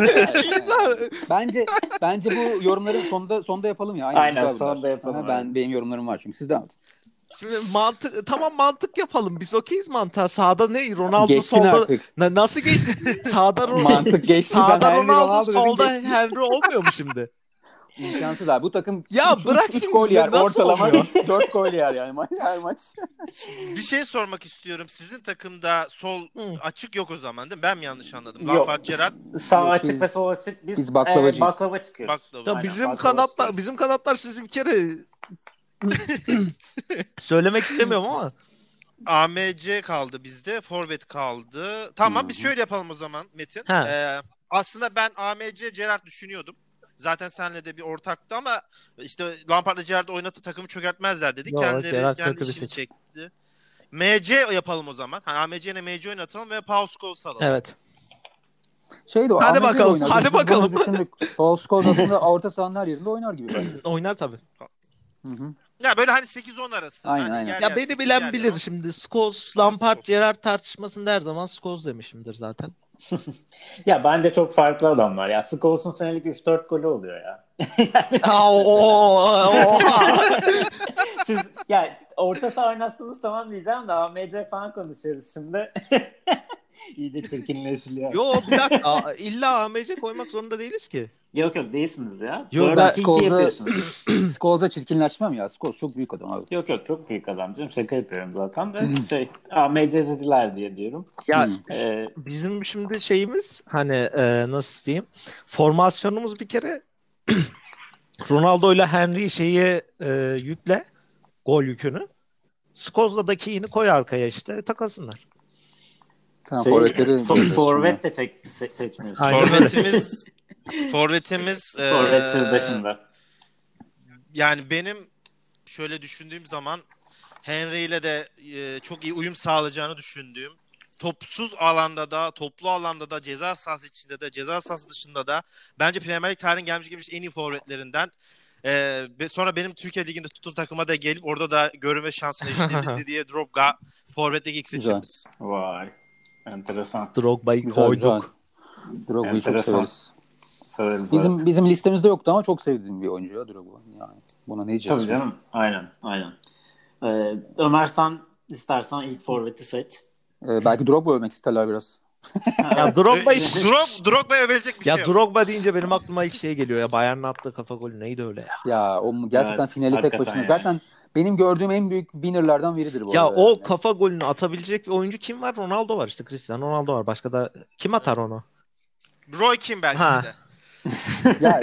Bence bu yorumları sonda yapalım ya. Aynen sonda yapalım. Benim yorumlarım var çünkü siz devam edin. Şimdi mantık yapalım. Biz okeyiz mantığa. Sağda ne? Ronaldo geçtin solda. Artık. Nasıl geçti? Sağda mantık geçti. Sağda Ronaldo solda Henry olmuyor mu şimdi? İmkansız abi. Bu takım ya bırak 3 gol yer. Ortalama 4 gol yer yani her maç. Bir şey sormak istiyorum. Sizin takımda sol açık yok o zaman değil mi? Ben mi yanlış anladım? Yok. Lampard, Gerrard. Sağ açık ve sol açık. Biz baklavacıyız. Baklava çıkıyoruz. Ya bizim kanatlar sizi bir kere söylemek istemiyorum ama. AMC kaldı bizde. Forvet kaldı. Tamam biz şöyle yapalım o zaman Metin. Aslında ben AMC Gerrard düşünüyordum. Zaten seninle de bir ortaktı ama işte Lampard'la Gerrard oynatıp takımı çökertmezler dedi. Kendi işini çekti. MC yapalım o zaman. Hani AMC ile MC oynatalım ve Paul Scholes alalım. Evet. Hadi bakalım. Paul Scholes aslında orta sahanın her yerinde oynar gibi. Oynar tabii. Ya böyle hani 8-10 arası. Aynen. Ya beni bilen bilir şimdi. Scholes, Lampard, Gerrard tartışmasında her zaman Scholes demişimdir zaten. Ya bence çok farklı adamlar ya. Scholes'un senelik 3-4 golü oluyor ya. Siz ya orta saha oynarsınız tamam diyeceğim de AMC falan konuşuyoruz şimdi. İyice çirkinleşiliyor. Yo bir dakika. İlla AMC koymak zorunda değiliz ki. Yok değilsiniz ya. Yok ben Scholes'a çirkinleşmem ya. Scholes çok büyük adam abi. Yok çok büyük adam canım. Şaka yapıyorum zaten de AMC dediler diye diyorum. Ya bizim şimdi şeyimiz hani nasıl diyeyim formasyonumuz bir kere Ronaldo ile Henry yükle gol yükünü. Scholes'la da Keane'i koy arkaya işte takasınlar. Tamam, forvet de seçmiyoruz. Forvetimiz forvetsiz dışında. Yani benim şöyle düşündüğüm zaman Henry ile de çok iyi uyum sağlayacağını düşündüğüm topsuz alanda da, toplu alanda da, ceza sahası içinde de, ceza sahası dışında da bence Premier Lig tarihinin gelmiş geçmiş en iyi forvetlerinden. Ve sonra benim Türkiye Ligi'nde tuttuğum takıma da gelip orada da görme şansına eriştiğimiz Didier Drogba forvetteki ilk seçimimiz. Vay. Enteresan. Drogba'yı Güzel, koyduk. Drogba'yı çok Enteresan. severiz. Evet. Bizim listemizde yoktu ama çok sevdiğim bir oyuncu ya Drogba. Yani buna ne diyeceğiz? Tabii canım. Aynen. Ömer, sen istersen ilk forveti seç. Belki Drogba övmek isterler biraz. Ya Drogba Drogba'ya verecek bir şey ya yok. Drogba deyince benim aklıma ilk şey geliyor ya. Bayern'in attığı kafa golü neydi öyle ya? Ya o gerçekten Evet, finali tek hakikaten başına. yani. Zaten benim gördüğüm en büyük winner'lardan biridir bu Ya arada. o yani. kafa golünü atabilecek bir oyuncu kim var? Ronaldo var işte. Cristiano Ronaldo var. Başka da kim atar onu? Roy Keane belki Ha. bir de. Ya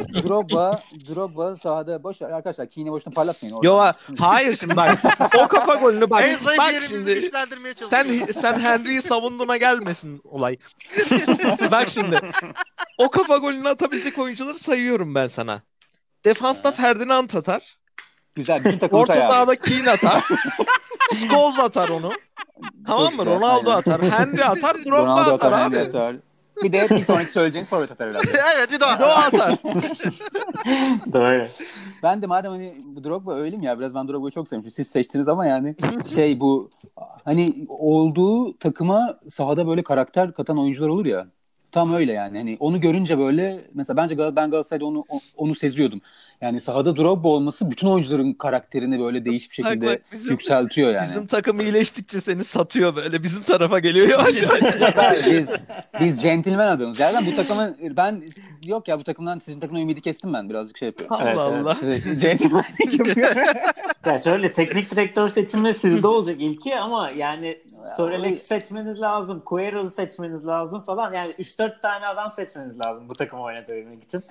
Drogba sahada boş ver arkadaşlar. Keane'i boşuna parlatmayın. Yo oradan. hayır şimdi bak. O kafa golünü bak. En zayıf Bak yerimizi şimdi. güçlendirmeye çalışıyoruz. Sen Henry'yi savunduğuna gelmesin olay. Bak şimdi. O kafa golünü atabilecek oyuncuları sayıyorum ben sana. Defansta Ferdinand atar. Güzel. Bütün takımı Orta say abi. sahada Keane atar. Scholes atar onu. Tamam mı? güzel, Ronaldo aynen. atar. Henry atar. Drogba Ronaldo atar atar, abi. Henry atar. Bir de bir sonraki söyleyeceğiniz forvet atar herhalde. Evet bir daha. O atar. Doğru. Ben de madem hani bu Drogba öyleyim ya biraz ben Drogba'yı çok sevmişim. Siz seçtiniz ama yani bu hani olduğu takıma sahada böyle karakter katan oyuncular olur ya. Tam öyle yani. Hani onu görünce böyle mesela bence ben Galatasaray'da onu seziyordum. Yani sahada Drogba olması bütün oyuncuların karakterini böyle değişik bir şekilde Bak, yükseltiyor yani. Bizim takım iyileştikçe seni satıyor böyle. Bizim tarafa geliyor yavaş yavaş. biz centilmen adamız. Yani bu takımın bu takımdan sizin takımdan ümidi kestim ben. Birazcık şey yapıyorum. Allah Evet, Allah. Centilmenlik yapıyorum. Ya şöyle teknik direktör seçimi sizde olacak ilki ama yani Sorelex'i seçmeniz lazım. Cuero'yu seçmeniz lazım falan. Yani 3-4 tane adam seçmeniz lazım bu takımı oynatabilmek için.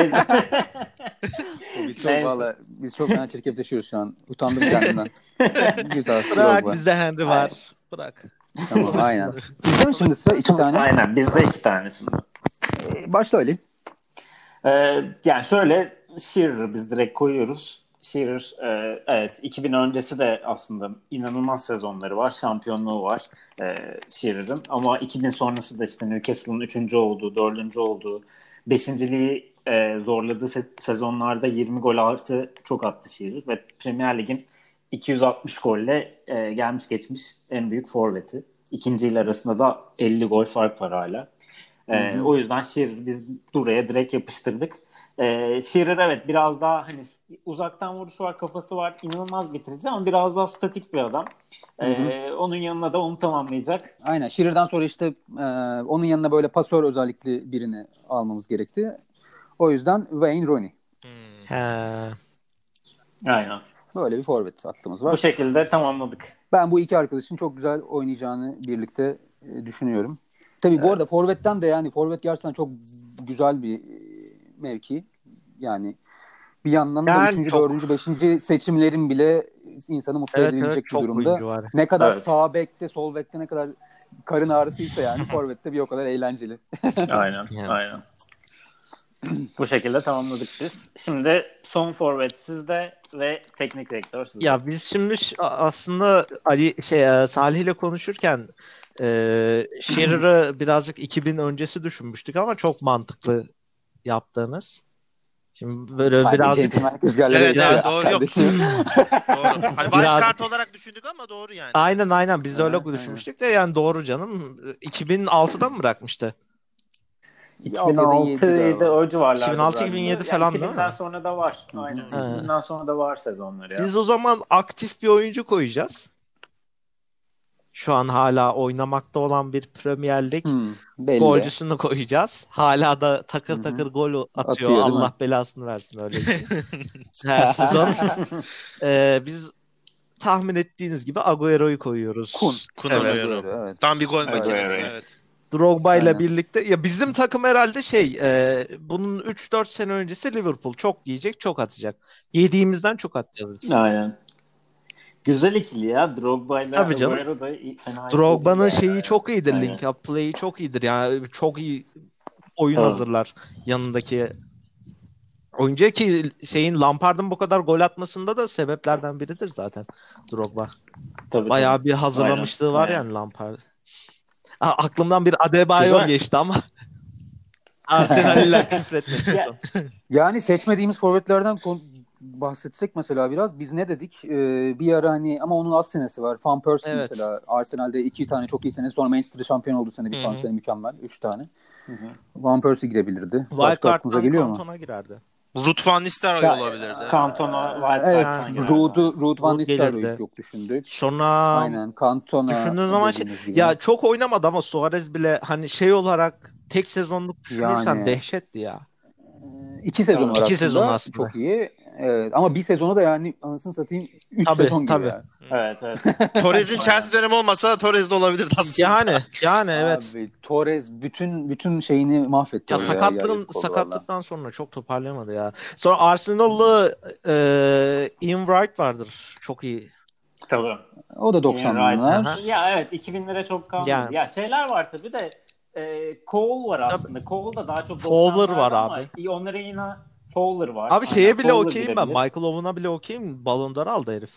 Biz çok fena çirkefleşiyoruz şu an. Utandım kendimden. Güzel. Bırak Drogba. bizde Henry var. Bırak. Tamam aynen. Bizde mi şimdi sıra 2 tane? Aynen bizde 2 tane şimdi. Başla Ali. Yani şöyle Shearer'ı biz direkt koyuyoruz. Shearer evet 2000 öncesi de aslında inanılmaz sezonları var. Şampiyonluğu var Shearer'ın. Ama 2000 sonrası da işte Newcastle'ın 3. olduğu, 4. olduğu, 5.liği zorladığı sezonlarda 20 gol artı çok attı Shearer. Ve Premier Lig'in 260 golle gelmiş geçmiş en büyük forveti. İkinciyle arasında da 50 gol fark var hala. O yüzden Shearer biz buraya direkt yapıştırdık. Shearer evet biraz daha hani uzaktan vuruşu var, kafası var, inanılmaz bitirici ama biraz daha statik bir adam. Onun yanına da onu tamamlayacak. Aynen. Shearer'dan sonra işte onun yanına böyle pasör özellikli birini almamız gerekti. O yüzden Wayne Rooney. He. Aynen. Böyle bir forvet hattımız var. Bu şekilde tamamladık. Ben bu iki arkadaşın çok güzel oynayacağını birlikte düşünüyorum. Tabii bu arada forvetten de yani forvet gerçekten çok güzel bir mevki. Yani bir yandan da 3. 4. 5. seçimlerin bile insanı mutlu edebilecek bir durumda. Ne kadar sağ bekte, sol bekte ne kadar karın ağrısıysa yani forvette bir o kadar eğlenceli. Aynen. Bu şekilde tamamladık biz. Şimdi son forvet sizde ve teknik direktör sizde. Ya biz şimdi aslında Salih ile konuşurken Shearer'ı birazcık 2000 öncesi düşünmüştük ama çok mantıklı yaptığınız. Şimdi böyle birazcık evet doğru yok. Doğru. Hani wild card olarak düşündük ama doğru yani. Aynen biz öyle düşünmüştük de yani doğru canım. 2006'da mı bırakmıştı? 2006'ydı o civarlarda. 2006-2007 falan değil mi? 2000'den sonra da var. Aynen. 2000'den sonra da var sezonları ya. Biz o zaman aktif bir oyuncu koyacağız. Şu an hala oynamakta olan bir Premier Lig golcüsünü koyacağız. Hala da takır takır gol atıyor. Allah belasını versin öyle. Her sezon. Biz tahmin ettiğiniz gibi Agüero'yu koyuyoruz. Kun evet. Tam bir gol makinesi. Evet. Drogba ile birlikte ya bizim takım herhalde bunun 3-4 sene öncesi Liverpool çok yiyecek, çok atacak. Yediğimizden çok atacağız. Aynen. Güzel ikili ya. Drogba ile Agüero da fena. Drogba'nın şeyi çok iyidir. Link up play'i çok iyidir. Yani çok iyi oyun hazırlar yanındaki oyuncu ki Lampard'ın bu kadar gol atmasında da sebeplerden biridir zaten Drogba. Bayağı bir hazırlamışlığı var yani Lampard. Aklımdan bir Adebayor Güzel. geçti ama Arsenal'liler küfretmesin. Ya, Yani seçmediğimiz forvetlerden bahsetsek mesela biraz. Biz ne dedik? Bir ara hani ama onun az senesi var. Van Persie Evet. mesela. Arsenal'de 2 tane çok iyi senesi. Sonra Manchester'da şampiyon oldu sene. Bir Hı hı. sonraki sene mükemmel. 3 tane. Van Persie girebilirdi. Başka aklınıza Wildcard'dan geliyor mu? Canton'a girerdi. Ruud van Nistelrooy Ya, olabilirdi. Cantona, Evet. Wildcard'dan geldi. Ruud van Ruud Nistelrooy'u gelirdi. çok düşündük. Sonra Aynen. Cantona düşündüğün zaman dediğiniz gibi. ya çok oynamadı ama Suarez bile hani şey olarak tek sezonluk düşünürsen Yani dehşetti ya. 2 sezon var 2 sezon aslında. aslında. Çok iyi. Evet. Ama bir sezonu da yani anasını satayım 3 Tabii, sezon gibi tabii. yani. Evet. Torres'in Chelsea dönemi olmasa Torres de olabilirdi aslında. Yani evet. Abi Torres bütün şeyini mahvetti Ya orada yazık oldu valla. sakatlıktan sonra çok toparlayamadı ya. Sonra Arsenal'lı Ian Wright vardır. Çok iyi. Tabii. O da Ian Wright. 90'lar. Ya evet 2000'lere çok kalmadı. Yani. Ya şeyler var tabii de Cole var aslında. Cole da daha çok Fowler 90'larda var ama abi. onlara yine Fowler var. Abi Aynen, şeye bile Fowler okeyim ben. girebilir. Michael Owen'a bile okeyim. Ballon d'Or aldı herif.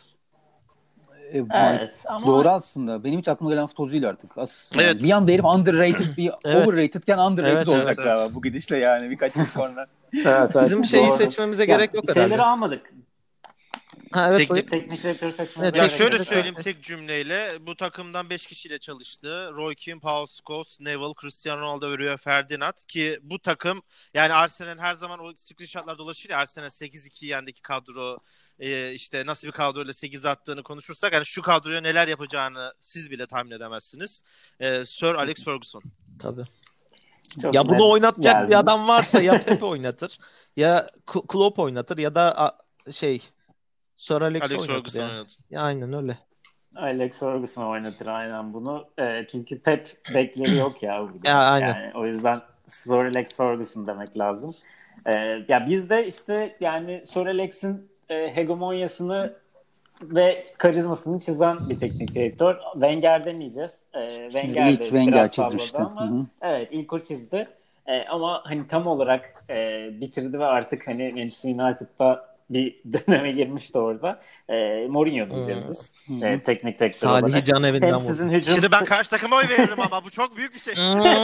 Evet ama Doğru aslında. Benim hiç aklıma gelen futbolcu değil artık. Yani Evet. bir anda herif underrated bir Evet. overratedken underrated Evet, olacak evet. galiba bu gidişle yani birkaç yıl sonra. evet, Bizim şeyi doğru. seçmemize gerek yok herhalde. Şeyleri almadık. Ha, evet, Teknik- Teknik direktörü seçmemize Evet, Ya gerek şöyle yok. söyleyeyim tek cümleyle. Bu takımdan 5 kişiyle çalıştı. Roy Keane, Paul Scholes, Neville, Cristiano Ronaldo ve Rio Ferdinand ki bu takım yani Arsenal her zaman o screenshotlar dolaşır ya Arsenal 8-2 yendeki kadro işte nasıl bir kadroyla 8 attığını konuşursak yani şu kadroya neler yapacağını siz bile tahmin edemezsiniz. Sir Alex Ferguson. Tabii. Çok Ya net bunu oynatacak bir geldiniz. adam varsa ya Pepe oynatır ya Klopp oynatır ya da Sir Alex oynatır Ferguson yani. oynadı. Ya aynen öyle. Alex Ferguson oynatır aynen bunu. Çünkü Pep bekleri yok ya burada. Ya, aynen. Yani o yüzden Sir Alex Ferguson demek lazım. Ya biz de işte yani Sir Alex'in hegemonyasını ve karizmasını çizen bir teknik direktör. Wenger demeyeceğiz. Wenger İlk de Wenger biraz çizmişti. salladı ama Hı-hı. evet ilk o çizdi. Ama hani tam olarak bitirdi ve artık hani Manchester United'da bir döneme girmişti orada. Mourinho diyeceğiz biz. Teknik direktör Salih'i olarak. can evinden Hem vurdu. sizin hücum... Şimdi ben karşı takıma oy veririm ama bu çok büyük bir şey.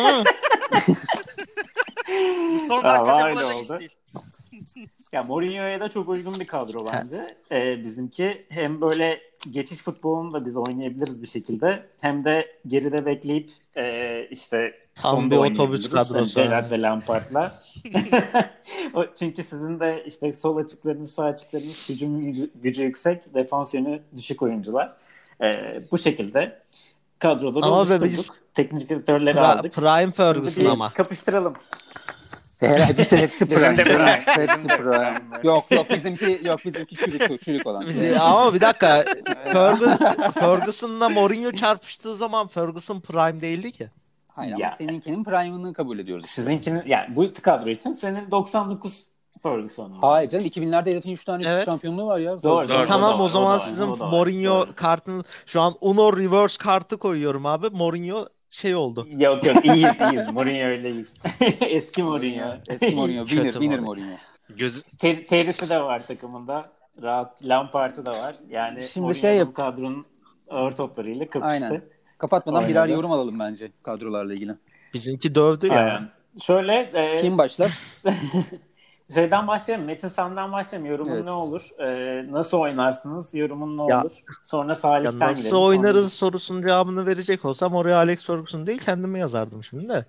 Son dakika Vallahi öyle yapılacak iş oldu. değil. Ya Mourinho'ya da çok uygun bir kadro bence. Bizimki hem böyle geçiş futbolunu da biz oynayabiliriz bir şekilde. Hem de geride bekleyip işte Tam onu bir da otobüs oynayabiliriz. kadrosu. Hani Gerrard ve Lampard'la. Çünkü sizin de işte sol açıklarınız, sağ açıklarınız hücum gücü yüksek, defans yönü düşük oyuncular. Bu şekilde kadroları Ama oluşturduk. Teknik direktörleri aldık. Prime Ferguson Şimdi bir ama. kapıştıralım. Hepsi prime. Bizim de prime. Hepsi prime. Yok bizimki çürük olan. Ama bir dakika. Ferguson'la Mourinho çarpıştığı zaman Ferguson Prime değildi ki. Hayır ama Ya. seninkinin prime'ını kabul ediyoruz. Sizinkinin yani bu kadro için senin 99 Ferguson var. Hayır canım 2000'lerde herifin 3 tane Evet. şampiyonluğu var ya. Doğru. Tamam o o da zaman var, sizin o da var. Mourinho Doğru. kartını şu an Uno reverse kartı koyuyorum abi. Mourinho şey oldu. Yok iyiyiz. Mourinho öyleyiz. Eski Mourinho. Eski Mourinho. Winner Mourinho. Terisi de var takımında. Rahat. Lampard'ı da var. Yani Şimdi Mourinho'nun kadronun ağır toplarıyla kapıştı. Aynen. Kapatmadan birer Oynadı. yorum alalım bence kadrolarla ilgili. Bizimki dövdü ya. Aynen. Şöyle Kim başlar? şeyden başlayalım. Metin senden başlayalım. Yorumun Evet. ne olur? Nasıl oynarsınız? Yorumun ne Ya- olur? Sonra Ya Salih'ten nasıl gidelim. oynarız sorusunun cevabını verecek olsam oraya Alex Ferguson değil kendimi yazardım şimdi de.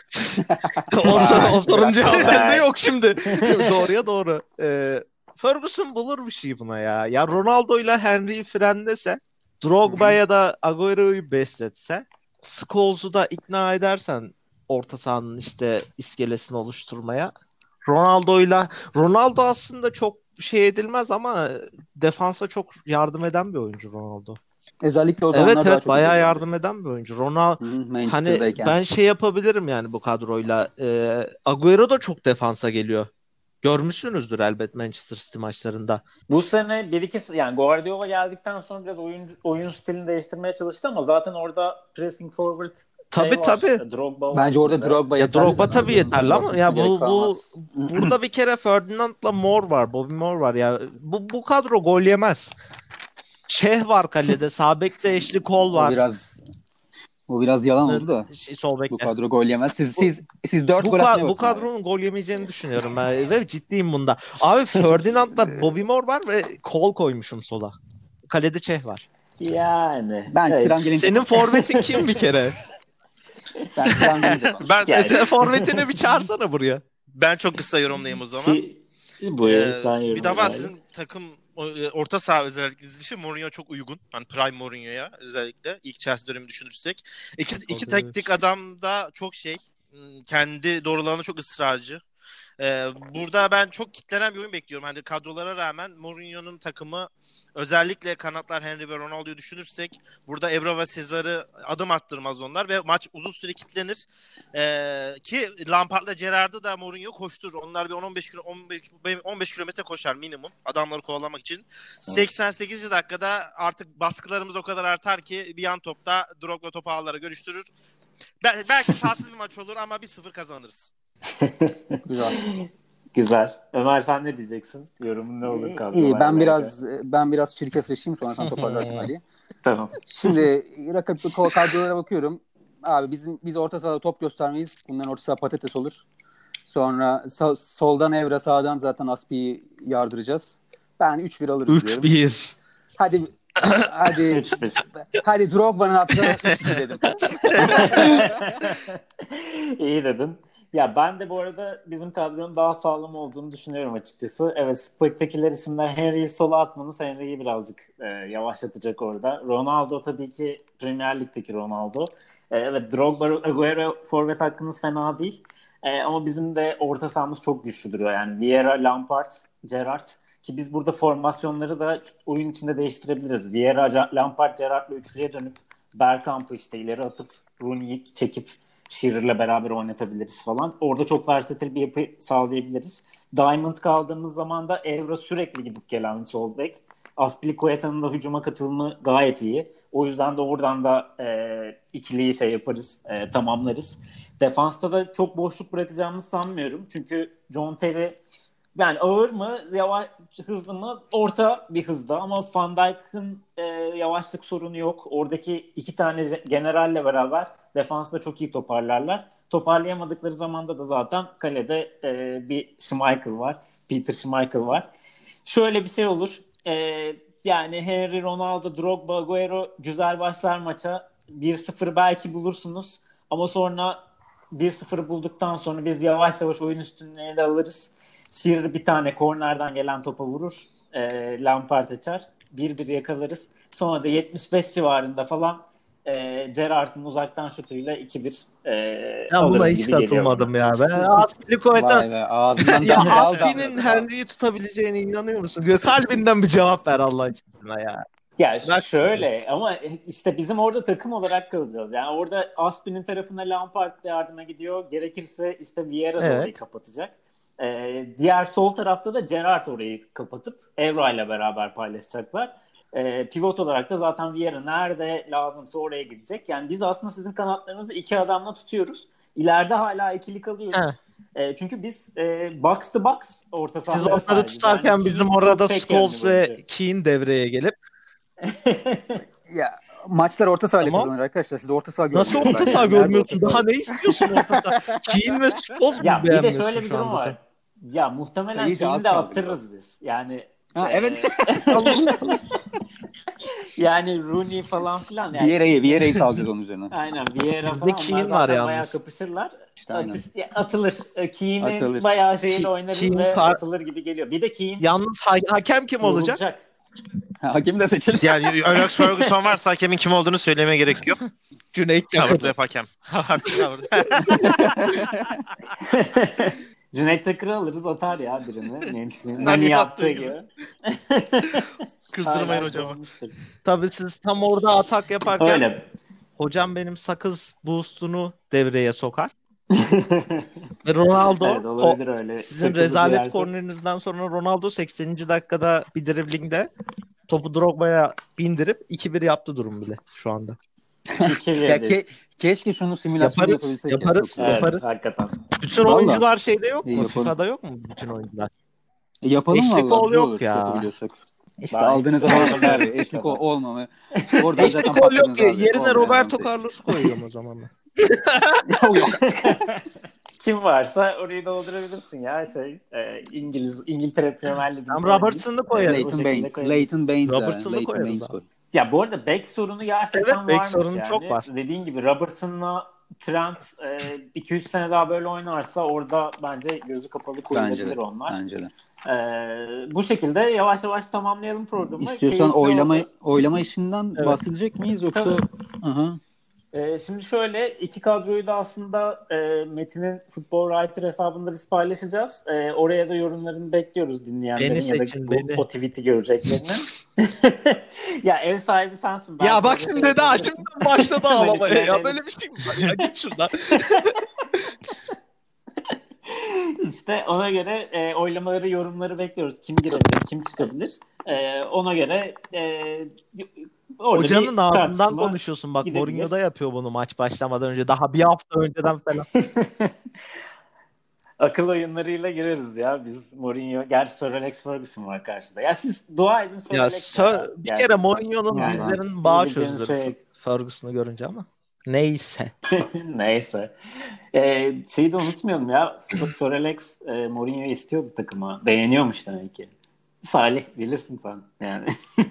o sorunun cevabı bende yok şimdi. Doğruya doğru. Ferguson bulur bir şey buna ya. Ya Ronaldo ile Henry'yi frenlese, Drogba ya da Agüero'yu besletse, Scholes'u da ikna edersen orta sahanın işte iskelesini oluşturmaya. Ronaldo aslında çok şey edilmez ama defansa çok yardım eden bir oyuncu Ronaldo. Özellikle o zamanlar Evet daha çok bayağı iyi. yardım eden bir oyuncu. Hani Manchester'dayken. ben şey yapabilirim yani bu kadroyla. Agüero da çok defansa geliyor. Görmüşsünüzdür elbet Manchester City maçlarında. Bu sene bir iki yani Guardiola geldikten sonra biraz oyun stilini değiştirmeye çalıştı ama zaten orada pressing forward Tabii, var. tabii. Drogba var. Bence orada Drogba Ya yeterli. Drogba tabii yeterli ama ya Gerek bu kalmaz. burada bir kere Ferdinand'la Moore var, Bobby Moore var ya. Bu kadro gol yemez. Şeyh var kalede, sağ bekte Ashley Cole O var. biraz O biraz yalan oldu da. Sol Bu bekle. kadro gol yemez. Siz 4 gol atmaya Bu kadronun gol yemeyeceğini düşünüyorum ben ve ciddiyim bunda. Abi Ferdinand'la Bobby Moore var ve Cole koymuşum sola. Kalede Çeh var. Yani. Ben evet. sıram gelince Senin forvetin kim bir kere? ben sıram gelince konuş. Ben Sen forvetini bir çağırsana buraya. ben çok kısa yorumlayayım o zaman. Buyur sen Bir yorumla. defa sizin takım orta saha özellikle dizilişi Mourinho çok uygun. Hani Prime Mourinho'ya özellikle ilk Chelsea dönemi düşünürsek. İki taktik adam da çok kendi doğrularında çok ısrarcı. Burada ben çok kitlenen bir oyun bekliyorum. Hani kadrolara rağmen Mourinho'nun takımı özellikle kanatlar Henry ve Ronaldo'yu düşünürsek burada Evra ve Cesar'ı adım attırmaz onlar ve maç uzun süre kitlenir. Ki Lampard'la Gerrard'ı da Mourinho koşturur. Onlar bir 15 kilometre koşar minimum adamları kovalamak için. 88. dakikada artık baskılarımız o kadar artar ki bir yan topta Drogba topu ağlara görüştürür. Belki tatsız bir maç olur ama 1-0 kazanırız. Güzel. Güzel. Ömer sen ne diyeceksin? Yorumun ne olur kadrolarla? İyi, ben biraz çirkefleşeyim sonra sen toparlarsın Ali. Tamam. Şimdi rakip kadrolara bakıyorum. Abi biz orta sahada top göstermeyiz. Bunların orta saha patates olur. Sonra soldan Evra, sağdan zaten Aspi'yi yardıracağız. Ben 3-1 alırız diyorum. 3-1. Hadi 3-1. hadi Drogba'nın hattına 3-2 dedim. İyi dedin. Ya ben de bu arada bizim kadronun daha sağlam olduğunu düşünüyorum açıkçası. Evet, spektaküler isimler Henry'yi sola atmanız Henry'yi birazcık yavaşlatacak orada. Ronaldo tabii ki Premier Lig'deki Ronaldo. Evet, Drogba, Agüero forvet hakkınız fena değil. Ama bizim de orta sahamız çok güçlü duruyor. Yani Vieira, Lampard, Gerrard. Ki biz burada formasyonları da oyun içinde değiştirebiliriz. Vieira, Lampard, Gerrard'la üçlüye dönüp Bergkamp'ı işte ileri atıp Rooney'i çekip Shearer'la beraber oynatabiliriz falan. Orada çok versatil bir yapı sağlayabiliriz. Diamond kaldığımız zaman da Evra sürekli gidip gelen sol bek. Azpilicueta'nın da hücuma katılımı gayet iyi. O yüzden de oradan da ikiliyi yaparız, tamamlarız. Defansta da çok boşluk bırakacağımızı sanmıyorum. Çünkü John Terry yani ağır mı, yavaş, hızlı mı? Orta bir hızda ama Van Dijk'ın yavaşlık sorunu yok. Oradaki iki tane generalle beraber defansta çok iyi toparlarlar. Toparlayamadıkları zamanda da zaten kalede bir Schmeichel var. Peter Schmeichel var. Şöyle bir şey olur. Yani Henry, Ronaldo, Drogba, Agüero güzel başlar maça. 1-0 belki bulursunuz. Ama sonra 1-0 bulduktan sonra biz yavaş yavaş oyun üstünlüğünü de alırız. Shearer bir tane kornerden gelen topa vurur. Lampard açar. 1-1 yakalarız. Sonra da 75 civarında falan Gerrard'ın uzaktan şutuyla 2-1 Ya buna hiç gibi geliyor. katılmadım ya. Ben Azpilicueta Vay be, ağzından ya damla Azpi'nin Henry'yi tutabileceğine inanıyor musun? Kalbinden bir cevap ver Allah aşkına ya. Ya Bak şöyle ama işte bizim orada takım olarak kalacağız. Yani orada Aspi'nin tarafına Lampard yardıma gidiyor. Gerekirse işte Vieira da orayı kapatacak. Diğer sol tarafta da Gerrard orayı kapatıp Evra ile beraber paylaşacaklar. Pivot olarak da zaten Vieira nerede lazımsa oraya gidecek. Yani biz aslında sizin kanatlarınızı iki adamla tutuyoruz. İleride hala ikili kalıyoruz. Çünkü biz box to box orta sahada siz onları tutarken yani bizim orada Scholes ve Keane devreye gelip ya maçlar orta sahayla kazanır arkadaşlar. Siz orta saha görmüyorsunuz. Nasıl orta saha görmüyorsun? Daha ne istiyorsun orta saha? Keane ve Scholes mu beğenmiyorsun? Bir de şöyle bir durum var. Ya muhtemelen Keane'i de attırırız biz. Yani evet. yani Rooney falan filan. Yani Vieira'yı salacağız onun üzerine. Aynen Vieira falan. Keane var yalnız. Bayağı kapışırlar. İşte atılır. Keane'in bayağı şeyle oynarız ve atılır gibi geliyor. Bir de Keane. Yalnız hakem kim olacak? Hakemi de seçeriz. Yani Alex Ferguson varsa hakemin kim olduğunu söylemeye gerek yok. Cüneyt Çakır. Hep hakem. Cüneyt Çakır'ı alırız atar ya birini. Nani yaptığı gibi. Kızdırmayın hocamı. Tabii siz tam orada atak yaparken öyle. Hocam benim sakız boost'unu devreye sokar. Ve Ronaldo evet, olabilir öyle. Sizin rezalet kornerinizden sonra Ronaldo 80. dakikada bir driblingde topu Drogba'ya bindirip 2-1 yaptı durum bile şu anda. Keşke şunu simülasyon yapabilsek. Yaparız. Hakikaten. Bütün oyuncular şeyde yok mu? FIFA'da yok mu bütün oyuncular? Yapalım Eşlik vallahi. yok ya. İşte Daha aldığınız hiç- zaman da abi eşlik olmamı. Oradan zaten Eşlik ol yok patladınız ki. abi. Yerine Olmayan Roberto adamı Carlos koyuyorum o zaman ben. seçtim. Yok. Kim varsa orayı doldurabilirsin ya İngiltere Premier Ligi'nde. Tam Robertson'ı koyarım. O şekilde koyabilirsin. Leighton Baines. Robertson'ı Leighton koyarız Baines abi. koy. Ya bu arada back sorunu gerçekten Evet, back varmış sorunu yani. çok var. Dediğin gibi Robertson'la Trent 2-3 sene daha böyle oynarsa orada bence gözü kapalı Bence koyulabilir de. onlar. Bence de. Bu şekilde yavaş yavaş tamamlayalım programı. İstiyorsan Keyifli oldu. oylama işinden Evet. bahsedecek miyiz yoksa? Tabii. Aha. Şimdi şöyle iki kadroyu da aslında Metin'in Football Writer hesabında biz paylaşacağız. Oraya da yorumlarını bekliyoruz dinleyenlerin Beni ya da seçin, beni. o tweet'i göreceklerini. Ya ev sahibi sensin. Ya bak sana şimdi şey daha yapabilirim. şimdi başladı ağlamaya Manipüle ya. edelim. Böyle bir şey mi var ya? Git şuradan. İşte ona göre oylamaları, yorumları bekliyoruz. Kim girebilir, kim çıkabilir. Ona göre orada Hocanın bir ağzından tartışma konuşuyorsun bak. gidebilir. Mourinho da yapıyor bunu maç başlamadan önce. Daha bir hafta önceden falan. Akıl oyunlarıyla gireriz ya biz Mourinho. Gerçi Sir Alex Ferguson var karşıda. Ya siz dua edin Sir Ya Alex. Ya, bir gerçekten. kere Mourinho'nun Yani, dizlerinin bağı diyeceğim çözülür şey- Ferguson'u görünce ama. Neyse. Neyse. Şeyi de unutmayalım ya. Sir Alex Mourinho'yu istiyordu takıma. Beğeniyormuş demek ki. Salih bilirsin sen yani.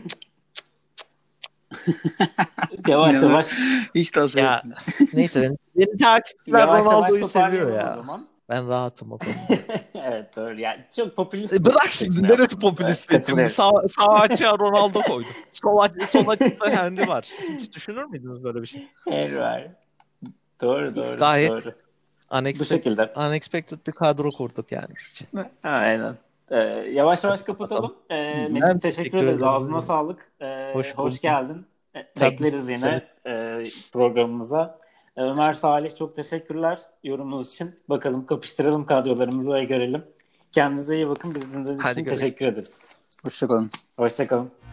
Yavaş İnanın- yavaş Hiç de Ya neyse beni takipçiler yavaş Ronaldo'yu seviyor toparlayalım o ya. zaman. Ben rahatım o konuda. Evet doğru. Yani çok popülist. bir Bırak seçim şimdi neresi yaptınız. popülist Evet, seçim? Sağ açığa Ronaldo koydum. Sol açıkta Henry var. Hiç düşünür müydünüz böyle bir şey? Evet var. Doğru. Gayet Doğru. Unexpected, şekilde. unexpected bir kadro kurduk yani. Aynen. Yavaş yavaş kapatalım. Ben Metin teşekkür teşekkür ederiz. ederim. Ağzına sağlık. Hoş Hoş bulduk. geldin. Tabii. Bekleriz yine programımıza. Ömer, Salih çok teşekkürler yorumunuz için. Bakalım kapıştıralım kadrolarımızı ve görelim. Kendinize iyi bakın. Biz dinlediğiniz Hadi için görüşürüz. teşekkür ederiz. Hoşçakalın. Hoşçakalın.